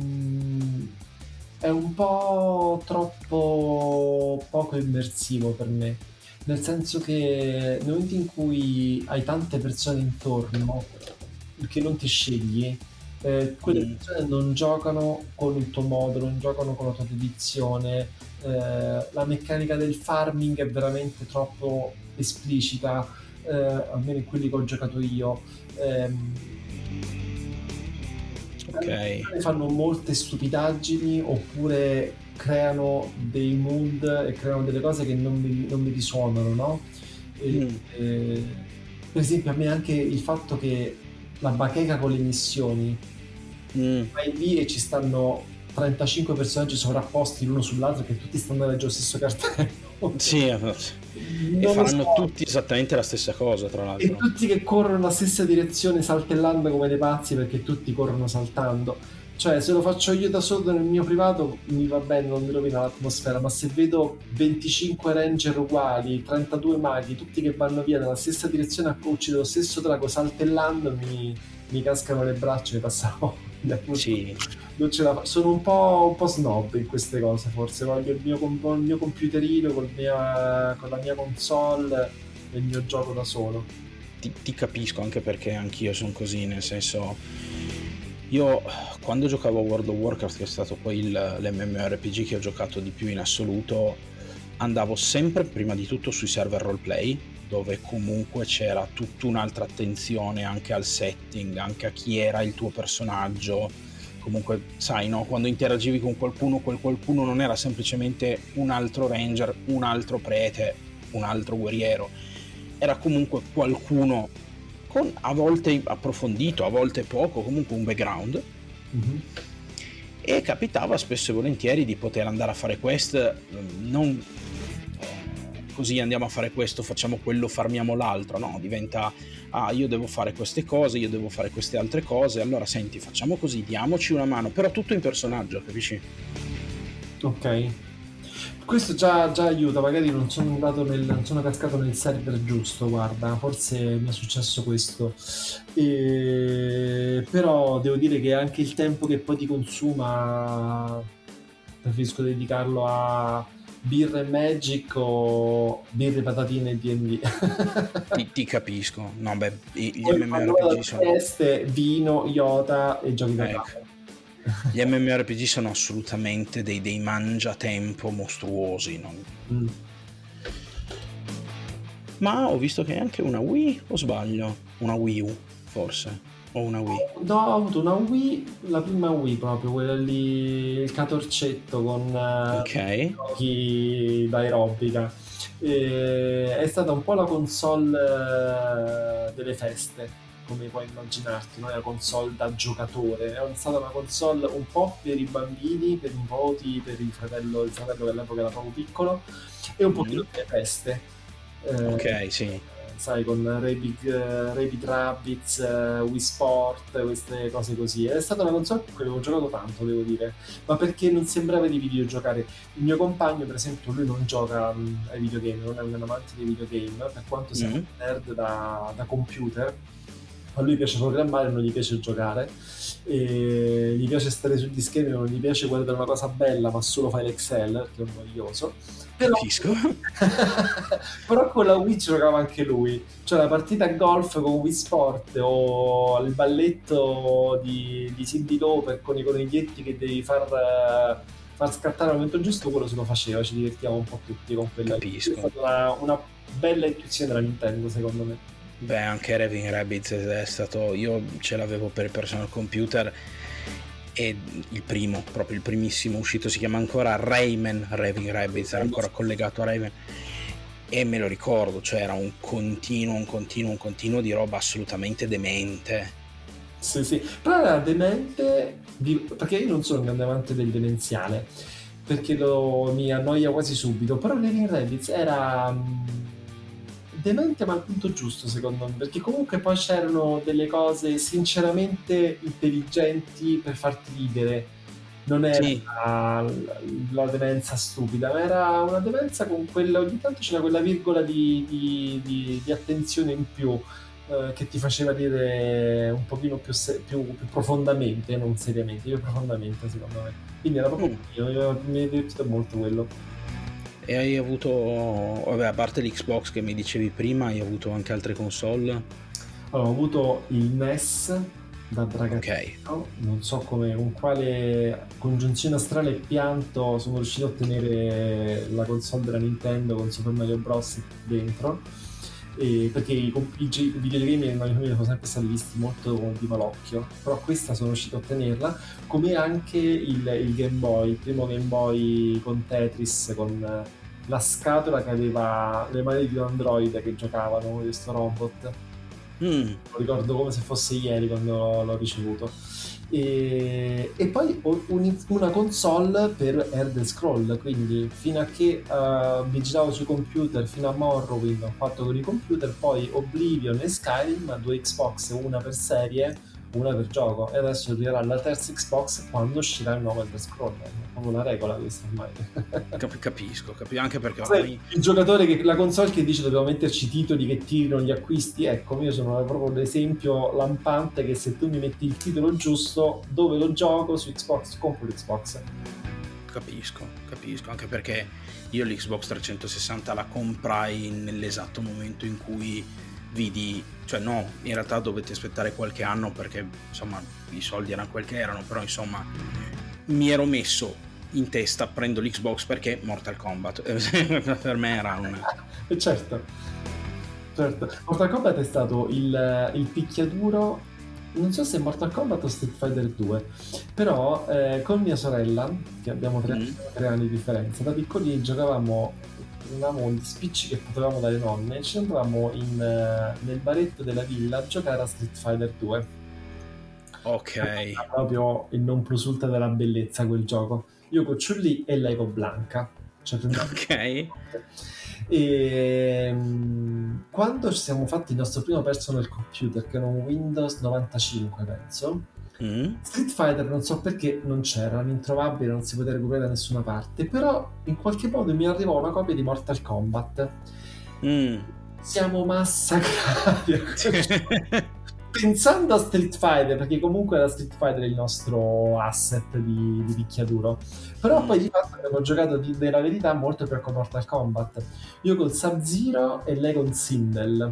è un po' troppo poco immersivo per me, nel senso che nel momento in cui hai tante persone intorno che non ti scegli, quelle persone non giocano con il tuo modo, non giocano con la tua dedizione, la meccanica del farming è veramente troppo esplicita, almeno in quelli che ho giocato io. Fanno molte stupidaggini oppure creano dei mood e creano delle cose che non mi risuonano, no? Per esempio a me anche il fatto che la bacheca con le missioni, vai lì e ci stanno 35 personaggi sovrapposti l'uno sull'altro che tutti stanno a leggere lo stesso cartello. Sì, e Non lo faranno so. tutti esattamente la stessa cosa, tra E l'altro. tutti che corrono nella stessa direzione saltellando come dei pazzi perché tutti corrono saltando. Cioè, se lo faccio io da solo nel mio privato mi va bene, non mi rovina l'atmosfera, ma se vedo 25 ranger uguali, 32 maghi, tutti che vanno via nella stessa direzione a uccidere lo stesso drago saltellando, mi cascano le braccia, mi passa la voglia. Sì, Non ce la sono un po' snob in queste cose, forse. Voglio il mio computerino con la mia console e il mio gioco da solo. ti capisco, anche perché anch'io sono così, nel senso, io quando giocavo a World of Warcraft, che è stato poi l'MMORPG che ho giocato di più in assoluto, andavo sempre prima di tutto sui server roleplay, dove comunque c'era tutta un'altra attenzione anche al setting, anche a chi era il tuo personaggio. Comunque, sai, no? Quando interagivi con qualcuno, quel qualcuno non era semplicemente un altro ranger, un altro prete, un altro guerriero, era comunque qualcuno con a volte approfondito, a volte poco, comunque un background. Mhm. E capitava spesso e volentieri di poter andare a fare quest, non così andiamo a fare questo, facciamo quello, farmiamo l'altro, no, diventa io devo fare queste cose, io devo fare queste altre cose, allora senti, facciamo così, diamoci una mano, però tutto in personaggio, capisci? Ok. Questo già aiuta, magari non sono cascato nel server giusto, guarda, forse mi è successo questo. Però devo dire che anche il tempo che poi ti consuma, preferisco dedicarlo a birra e Magic o birre, patatine e D&D. Ti capisco, no beh, gli Poi quando vado MMORPG a sono... feste, vino, Iota e giochi da Ecco. tavolo. Gli MMORPG sono assolutamente dei mangiatempo mostruosi, no? Mm. Ma ho visto che è anche una Wii, o sbaglio? Una Wii U, forse, o una Wii. No, ho avuto una Wii, la prima Wii proprio, quella lì, il catorcetto con Ok. giochi da aerobica. È stata un po' la console delle feste, come puoi immaginarti, no? La console da giocatore. È stata una console un po' per i bambini, per i nipoti, per il fratello che all'epoca era proprio piccolo, e un pochino per le feste. Ok, sì. Sai, con Rabid Rabbids, Wii Sport, queste cose così. È stata una console con cui avevo giocato tanto, devo dire, ma perché non sembrava di videogiocare. Il mio compagno, per esempio, lui non gioca ai videogame, non è un amante dei videogame, per quanto sia un nerd da computer. A lui piace programmare, non gli piace giocare, e gli piace stare sugli schermi, non gli piace guardare una cosa bella, ma solo file Excel, perché è un noioso. Però, Capisco. però con la Wii giocava anche lui, cioè la partita a golf con Wii Sport o il balletto di Cyndi Lauper con i coniglietti che devi far scattare al momento giusto, quello se lo faceva, ci divertiamo un po' tutti con quella. È Capisco. stata una bella intuizione della Nintendo, secondo me. Beh, anche Raving Rabbids è stato... Io ce l'avevo per il personal computer e il primo, proprio il primissimo uscito, si chiama ancora Rayman Raving Rabbids, era ancora collegato a Rayman. E me lo ricordo, cioè era un continuo di roba assolutamente demente. Sì, sì, però era demente, perché io non sono un grande amante del demenziale, perché mi annoia quasi subito, però Living Rabbids era demente ma al punto giusto secondo me, perché comunque poi c'erano delle cose sinceramente intelligenti per farti ridere, non era Sì, la demenza stupida, ma era una demenza con quella, ogni tanto c'era quella virgola di attenzione in più, che ti faceva dire un pochino più profondamente, non seriamente, più profondamente secondo me. Quindi era proprio mi è divertito molto quello. e hai avuto, vabbè, a parte l'Xbox che mi dicevi prima, hai avuto anche altre console? Allora, ho avuto il NES da Ok. ragazzino, non so come, con quale congiunzione astrale e pianto sono riuscito a ottenere la console della Nintendo con Super Mario Bros. Dentro, perché i videogame nella mia famiglia sono sempre stati visti molto di malocchio, però questa sono riuscito a ottenerla, come anche il Game Boy, il primo Game Boy con Tetris, con la scatola che aveva le mani di un android che giocavano con questo robot. Lo ricordo come se fosse ieri quando l'ho ricevuto. E poi una console per Elder Scroll, quindi fino a che mi giravo sui computer, fino a Morrowind ho fatto con i computer, poi Oblivion e Skyrim, 2 Xbox, una per serie, una per gioco, e adesso arriverà la terza Xbox quando uscirà il nuovo Elder Scroll. È proprio una regola questa ormai. Capisco, anche perché ormai... il giocatore che la console che dice dobbiamo metterci titoli che tirino gli acquisti, ecco, io sono proprio l'esempio lampante che se tu mi metti il titolo giusto, dove lo gioco, su Xbox, compro l'Xbox. Capisco, anche perché io l'Xbox 360 la comprai nell'esatto momento in cui vidi, cioè no, in realtà dovete aspettare qualche anno perché insomma i soldi erano quel che erano, però insomma mi ero messo in testa, prendo l'Xbox perché Mortal Kombat per me era un... certo, Mortal Kombat è stato il picchiaduro, non so se Mortal Kombat o Street Fighter 2, però con mia sorella, che abbiamo 3 anni di differenza, da piccoli giocavamo, gli spicci che potevamo dalle nonne, ci andavamo nel baretto della villa a giocare a Street Fighter 2. Ok. Proprio il non plus ultra della bellezza quel gioco. Io con Chun-Li e lei con Blanca. Cioè, ok. E quando ci siamo fatti il nostro primo personal computer, che era un Windows 95 penso, Street Fighter non so perché non c'era, era introvabile, non si poteva recuperare da nessuna parte, però in qualche modo mi arrivò una copia di Mortal Kombat. Siamo massacrati pensando a Street Fighter, perché comunque era Street Fighter il nostro asset di picchiaduro, però poi di fatto abbiamo giocato della verità molto più con Mortal Kombat, io con Sub-Zero e lei con Sindel.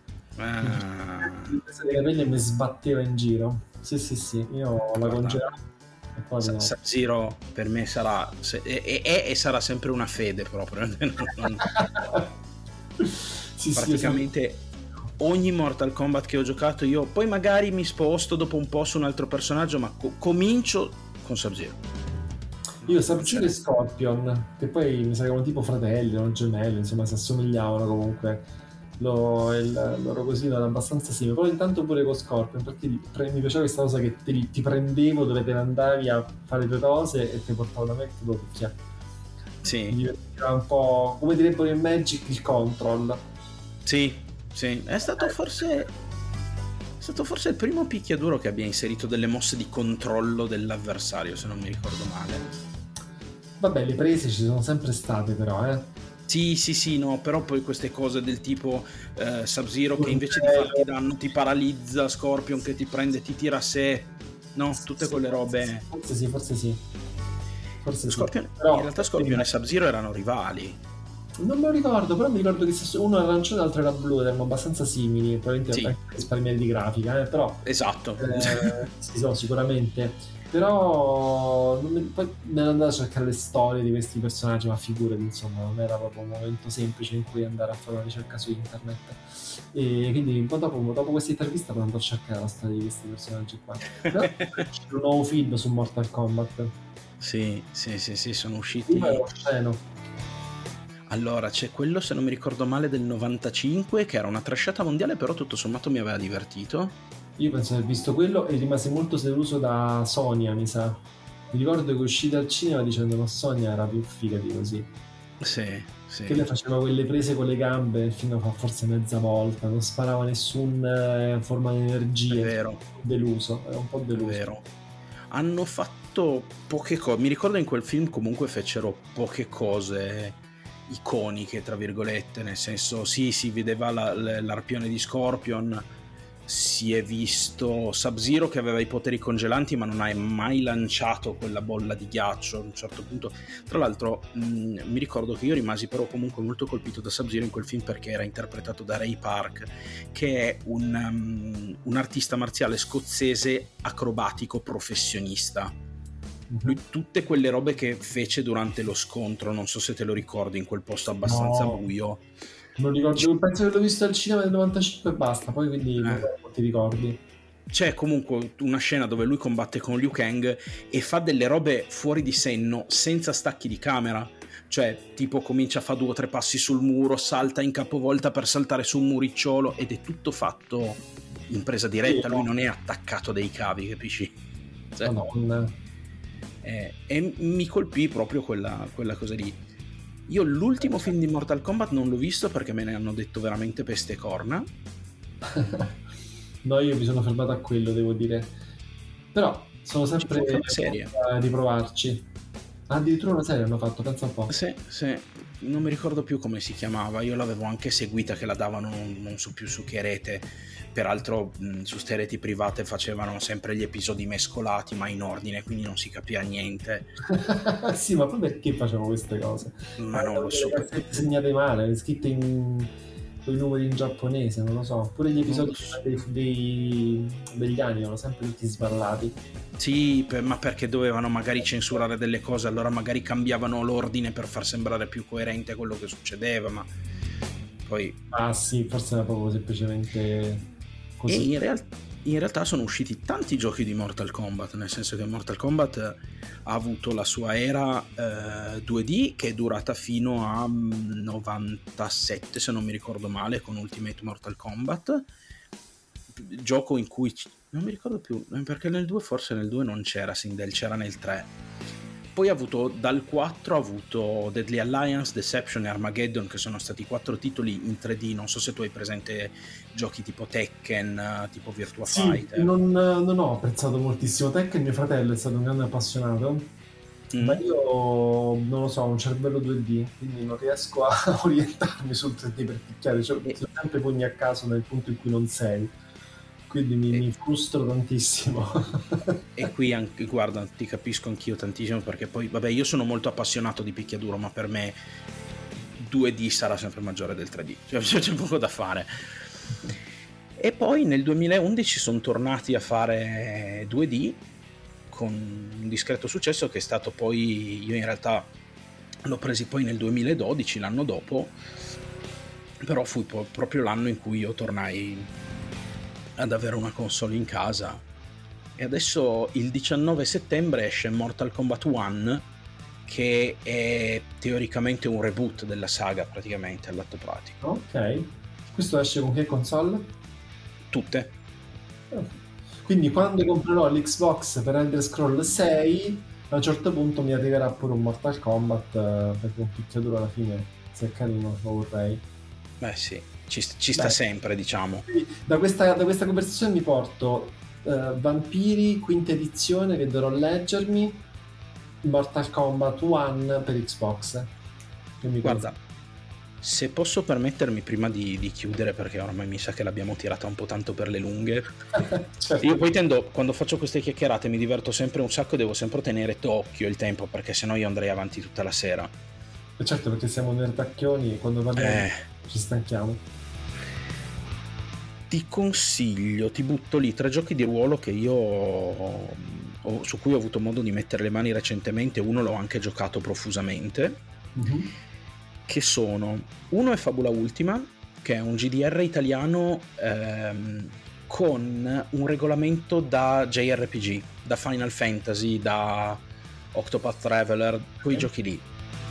Mi prese dei capelli e mi sbatteva in giro. Sì, io la congelavo. Sub-Zero per me sarà e sarà sempre una fede proprio. Praticamente ogni Mortal Kombat che ho giocato io, poi magari mi sposto dopo un po' su un altro personaggio, ma comincio con Sub-Zero. Io Sub-Zero e Scorpion, che poi mi sa che erano tipo fratelli, erano gemelli, insomma si assomigliavano comunque. Il loro cosino era abbastanza simile, però intanto pure con Scorpion, perché mi piaceva questa cosa che ti prendevo dove te ne andavi a fare le tue cose e ti portavo da me e ti lo picchia. Sì. Era un po' come direbbero in Magic il control. Sì, è stato forse il primo picchiaduro che abbia inserito delle mosse di controllo dell'avversario, se non mi ricordo male. Vabbè, le prese ci sono sempre state però, Sì, no, però poi queste cose del tipo Sub-Zero che invece di farti danno ti paralizza, Scorpion che ti prende e ti tira a sé, no? Tutte quelle robe. Forse sì. Scorpion, però, in realtà Scorpion e Sub-Zero erano rivali. Non me lo ricordo, però mi ricordo che uno era arancione e l'altro era blu, erano abbastanza simili, probabilmente anche risparmiare di grafica, però... Esatto. Sì, sicuramente. Però poi me ne andavo a cercare le storie di questi personaggi, ma figurati, insomma, non era proprio un momento semplice in cui andare a fare una ricerca su internet. E quindi un po' dopo questa intervista poi andò a cercare la storia di questi personaggi qua. Però c'è un nuovo film su Mortal Kombat. Sì, sono usciti. Allora, c'è quello, se non mi ricordo male, del 95, che era una trashata mondiale, però tutto sommato mi aveva divertito. Io penso di aver visto quello e rimasi molto deluso da Sonia, mi sa. Mi ricordo che uscì dal cinema dicendo ma Sonia era più figa di così. Sì. Che lei faceva quelle prese con le gambe fino a forse mezza volta, non sparava nessun forma di energia. È vero. Deluso, era un po' deluso. È vero. Hanno fatto poche cose. Mi ricordo in quel film comunque fecero poche cose iconiche, tra virgolette, nel senso si vedeva l'arpione di Scorpion, si è visto Sub-Zero che aveva i poteri congelanti ma non ha mai lanciato quella bolla di ghiaccio a un certo punto. Tra l'altro mi ricordo che io rimasi però comunque molto colpito da Sub-Zero in quel film perché era interpretato da Ray Park, che è un artista marziale scozzese acrobatico professionista. Lui tutte quelle robe che fece durante lo scontro, non so se te lo ricordi, in quel posto abbastanza buio. Non ricordo, penso che l'ho visto al cinema nel 95 e basta, poi quindi non ti ricordi. C'è comunque una scena dove lui combatte con Liu Kang e fa delle robe fuori di senno senza stacchi di camera, cioè tipo comincia a fare 2 o 3 passi sul muro, salta in capovolta per saltare su un muricciolo ed è tutto fatto in presa diretta, lui non è attaccato a dei cavi, capisci? Cioè, e mi colpì proprio quella cosa lì. Io l'ultimo film di Mortal Kombat non l'ho visto perché me ne hanno detto veramente peste e corna. No, io mi sono fermato a quello, devo dire. Però sono sempre una serie di provarci. Addirittura una serie hanno fatto, pensa un po'. Sì, non mi ricordo più come si chiamava. Io l'avevo anche seguita, che la davano non so più su che rete. Peraltro su ste reti private facevano sempre gli episodi mescolati ma in ordine, quindi non si capiva niente. Sì, ma poi perché facevano queste cose? Ma non lo so. Le segnate male, scritte con i numeri in giapponese, non lo so. Pure gli episodi degli anime erano sempre tutti sballati. Sì, ma perché dovevano magari censurare delle cose, allora magari cambiavano l'ordine per far sembrare più coerente quello che succedeva, ma poi... Ah sì, forse era proprio semplicemente così. E in realtà sono usciti tanti giochi di Mortal Kombat, nel senso che Mortal Kombat ha avuto la sua era 2D che è durata fino a 97, se non mi ricordo male, con Ultimate Mortal Kombat, gioco in cui non mi ricordo più perché nel 2 non c'era Sindel, c'era nel 3. Poi dal 4 ha avuto Deadly Alliance, Deception e Armageddon, che sono stati 4 titoli in 3D. Non so se tu hai presente giochi tipo Tekken, tipo Virtua Fighter. Non ho apprezzato moltissimo Tekken, mio fratello è stato un grande appassionato, ma io non lo so, ho un cervello 2D, quindi non riesco a orientarmi sul 3D per picchiare, cioè, sono sempre pugni a caso nel punto in cui non sei. Quindi mi frustro tantissimo. E qui anche, guarda, ti capisco anch'io tantissimo, perché poi vabbè, io sono molto appassionato di picchiaduro, ma per me 2D sarà sempre maggiore del 3D, cioè, c'è poco da fare. E poi nel 2011 sono tornati a fare 2D con un discreto successo, che è stato poi, io in realtà l'ho presi poi nel 2012, l'anno dopo, però fu proprio l'anno in cui io tornai ad avere una console in casa. E adesso il 19 settembre esce Mortal Kombat 1, che è teoricamente un reboot della saga, praticamente, all'atto pratico. Ok, questo esce con che console? Tutte. Quindi quando comprerò l'Xbox per Elder Scrolls 6, a un certo punto mi arriverà pure un Mortal Kombat, perché un picchiaduro alla fine, se è carino, lo vorrei. Beh sì, ci sta sempre, diciamo. Da questa conversazione mi porto Vampiri quinta edizione, che dovrò leggermi, Mortal Kombat 1 per Xbox. Guarda, se posso permettermi, prima di chiudere, perché ormai mi sa che l'abbiamo tirata un po' tanto per le lunghe, certo. Io poi quando faccio queste chiacchierate mi diverto sempre un sacco, devo sempre tenere d'occhio il tempo, perché sennò io andrei avanti tutta la sera. Certo, perché siamo nerdacchioni e quando parliamo ci stanchiamo. Ti consiglio, ti butto lì 3 giochi di ruolo che io su cui ho avuto modo di mettere le mani recentemente. Uno l'ho anche giocato profusamente, che sono, uno è Fabula Ultima, che è un GDR italiano con un regolamento da JRPG, da Final Fantasy, da Octopath Traveler, quei giochi lì.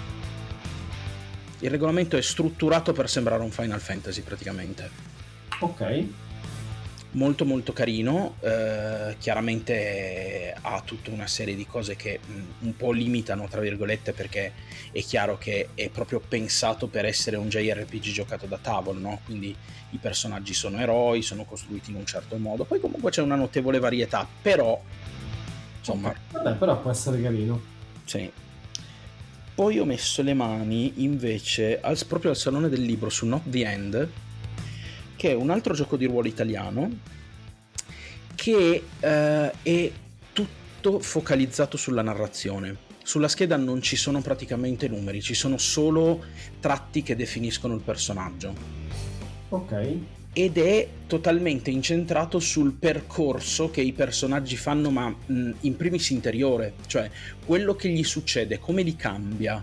Il regolamento è strutturato per sembrare un Final Fantasy praticamente. Ok. Molto molto carino, chiaramente ha tutta una serie di cose che un po' limitano, tra virgolette, perché è chiaro che è proprio pensato per essere un JRPG giocato da tavolo, no? Quindi i personaggi sono eroi, sono costruiti in un certo modo, poi comunque c'è una notevole varietà, però insomma... Vabbè, però può essere carino. Sì. Poi ho messo le mani invece proprio al Salone del Libro su Not the End, che è un altro gioco di ruolo italiano che è tutto focalizzato sulla narrazione. Sulla scheda non ci sono praticamente numeri, ci sono solo tratti che definiscono il personaggio. Ok. Ed è totalmente incentrato sul percorso che i personaggi fanno, ma in primis interiore, cioè quello che gli succede, come li cambia,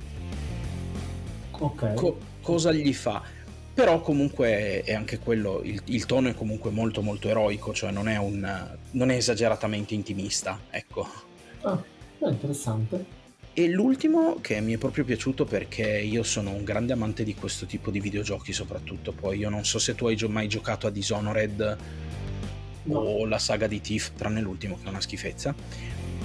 cosa gli fa. Però comunque è anche quello, il tono è comunque molto molto eroico, cioè non è esageratamente intimista, ecco. Ah, è interessante. E l'ultimo, che mi è proprio piaciuto, perché io sono un grande amante di questo tipo di videogiochi, soprattutto poi io non so se tu hai mai giocato a Dishonored o la saga di Thief, tranne l'ultimo che è una schifezza.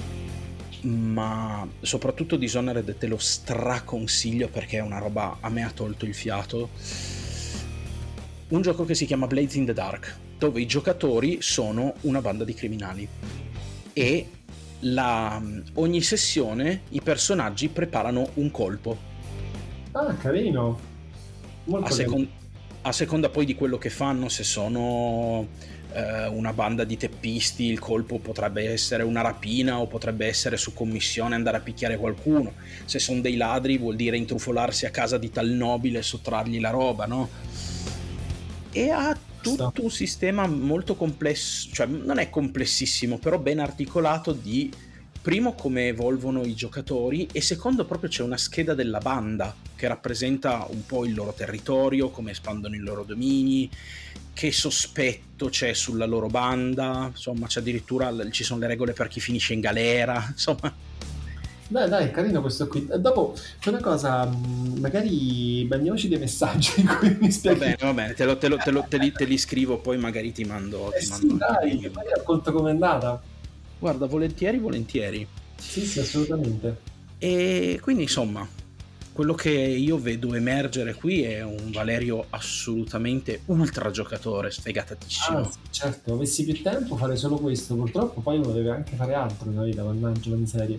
ma soprattutto Dishonored te lo straconsiglio perché è una roba, a me ha tolto il fiato. Un gioco che si chiama Blades in the Dark, dove i giocatori sono una banda di criminali e ogni sessione i personaggi preparano un colpo. Ah, carino. Molto a seconda poi di quello che fanno, se sono una banda di teppisti, il colpo potrebbe essere una rapina o potrebbe essere su commissione andare a picchiare qualcuno. Se sono dei ladri vuol dire intrufolarsi a casa di tal nobile e sottrargli la roba, no? E ha tutto un sistema molto complesso, cioè non è complessissimo, però ben articolato di, primo, come evolvono i giocatori, e secondo, proprio c'è una scheda della banda che rappresenta un po' il loro territorio, come espandono i loro domini, che sospetto c'è sulla loro banda, insomma c'è addirittura, ci sono le regole per chi finisce in galera, insomma. Dai, carino questo qui. Dopo c'è una cosa, magari mandiamoci dei messaggi in cui mi spieghi. Va bene, te li scrivo, poi magari ti mando. Sì, dai, poi racconto com'è andata. Guarda, volentieri. Sì, assolutamente. E quindi insomma, quello che io vedo emergere qui è un Valerio assolutamente ultra giocatore, sfegatatissimo. Ah, sì, certo, avessi più tempo farei solo questo, purtroppo poi uno deve anche fare altro nella vita, mannaggia la miseria.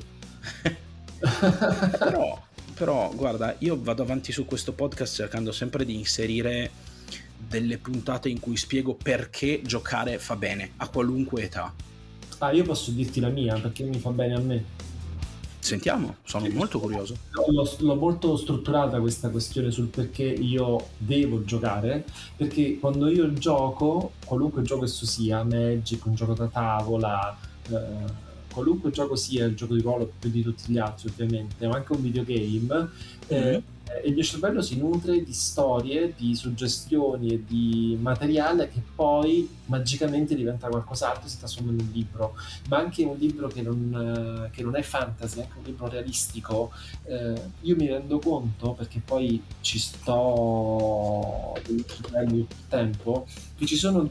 però guarda, io vado avanti su questo podcast cercando sempre di inserire delle puntate in cui spiego perché giocare fa bene a qualunque età. Io posso dirti la mia perché mi fa bene a me. Sentiamo, sono molto curioso. L'ho molto strutturata questa questione sul perché io devo giocare, perché quando io gioco, qualunque gioco esso sia, Magic, un gioco da tavola, qualunque gioco sia, il gioco di ruolo più di tutti gli altri ovviamente, ma anche un videogame, il mio cervello si nutre di storie, di suggestioni e di materiale che poi magicamente diventa qualcos'altro, si trasforma in un libro, ma anche un libro che non è fantasy, anche un libro realistico. Io mi rendo conto, perché poi ci sto tutto il tempo, che ci sono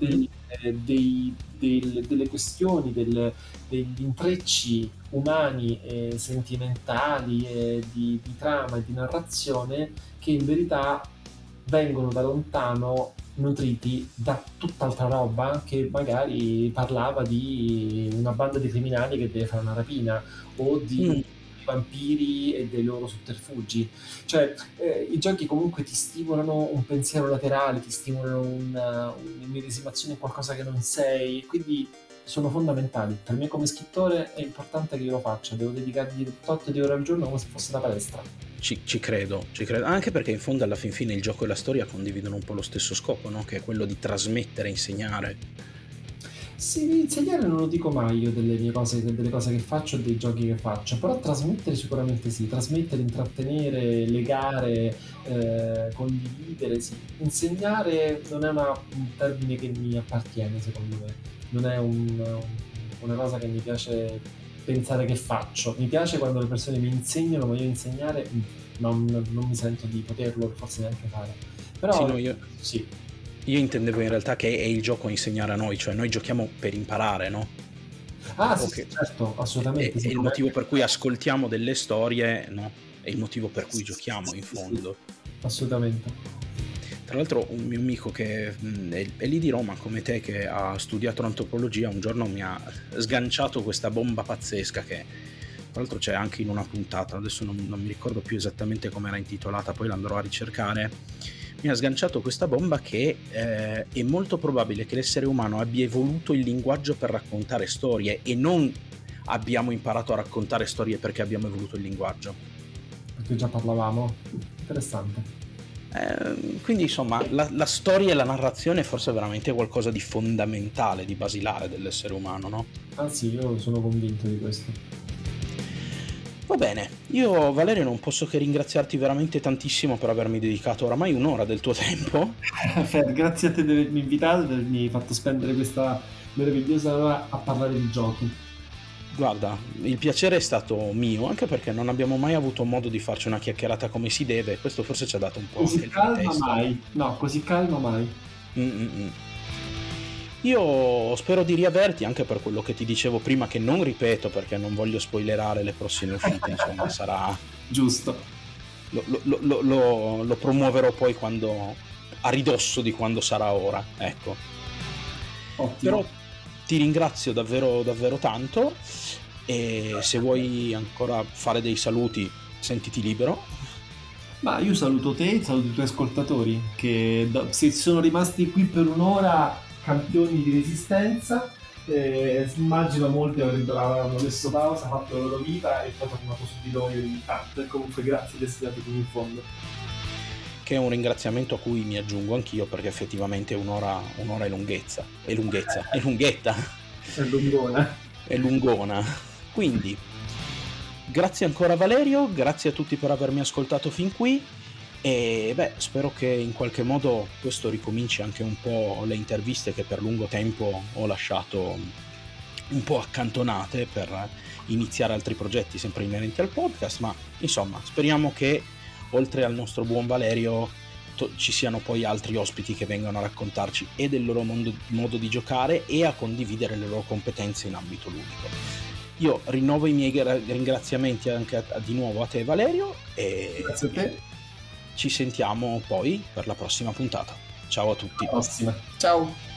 delle questioni, degli intrecci umani e sentimentali e di trama e di narrazione che in verità vengono da lontano nutriti da tutt'altra roba che magari parlava di una banda di criminali che deve fare una rapina o di vampiri e dei loro sotterfugi. Cioè i giochi comunque ti stimolano un pensiero laterale, ti stimolano un'immedesimazione in qualcosa che non sei, quindi sono fondamentali. Per me come scrittore è importante che io lo faccia, devo dedicargli tot di ore al giorno come se fosse la palestra. Ci credo, anche perché in fondo alla fin fine il gioco e la storia condividono un po' lo stesso scopo, no? Che è quello di trasmettere, insegnare. Sì, insegnare non lo dico mai io delle mie cose, delle cose che faccio e dei giochi che faccio, però trasmettere sicuramente sì, trasmettere, intrattenere, legare, condividere, sì. Insegnare non è un termine che mi appartiene secondo me, non è una cosa che mi piace pensare che faccio, mi piace quando le persone mi insegnano, ma io insegnare non mi sento di poterlo forse neanche fare, però sì, no, io... sì. Io intendevo in realtà che è il gioco a insegnare a noi, cioè noi giochiamo per imparare, no? Ah sì, okay. Certo, assolutamente. È il motivo per cui ascoltiamo delle storie, no? È il motivo per cui giochiamo, in fondo. Sì, assolutamente. Tra l'altro un mio amico che è lì di Roma, come te, che ha studiato antropologia, un giorno mi ha sganciato questa bomba pazzesca che... Tra l'altro c'è anche in una puntata, adesso non mi ricordo più esattamente come era intitolata, poi l'andrò a ricercare. Mi ha sganciato questa bomba che è molto probabile che l'essere umano abbia evoluto il linguaggio per raccontare storie e non abbiamo imparato a raccontare storie perché abbiamo evoluto il linguaggio. Perché già parlavamo. Interessante. Quindi insomma la storia e la narrazione forse è veramente qualcosa di fondamentale, di basilare dell'essere umano, no? Ah sì, io sono convinto di questo. Va bene, io Valerio non posso che ringraziarti veramente tantissimo per avermi dedicato oramai un'ora del tuo tempo. Grazie a te di avermi invitato, di avermi fatto spendere questa meravigliosa ora a parlare di giochi. Guarda, il piacere è stato mio, anche perché non abbiamo mai avuto modo di farci una chiacchierata come si deve, questo forse ci ha dato un po' così anche calma mai, no, così calma mai. Io spero di riaverti, anche per quello che ti dicevo prima, che non ripeto perché non voglio spoilerare le prossime uscite, insomma sarà giusto. Lo promuoverò poi quando, a ridosso di quando sarà ora, ecco. Ottimo. Però ti ringrazio davvero davvero tanto, e se vuoi ancora fare dei saluti sentiti libero. Ma io saluto te, saluto i tuoi ascoltatori che se sono rimasti qui per un'ora, campioni di resistenza. Immagino molti avranno messo pausa, fatto la loro vita e poi tornato subito ogni tanto. E comunque grazie di essere stati qui in fondo. Che è un ringraziamento a cui mi aggiungo anch'io, perché effettivamente un'ora è lunghetta. È lungona. Quindi grazie ancora Valerio, grazie a tutti per avermi ascoltato fin qui, e spero che in qualche modo questo ricominci anche un po' le interviste che per lungo tempo ho lasciato un po' accantonate per iniziare altri progetti sempre inerenti al podcast. Ma insomma, speriamo che oltre al nostro buon Valerio ci siano poi altri ospiti che vengono a raccontarci e del loro modo di giocare e a condividere le loro competenze in ambito ludico. Io rinnovo i miei ringraziamenti anche di nuovo a te Valerio, e grazie a te. Ci sentiamo poi per la prossima puntata. Ciao a tutti. Prossima. Ciao.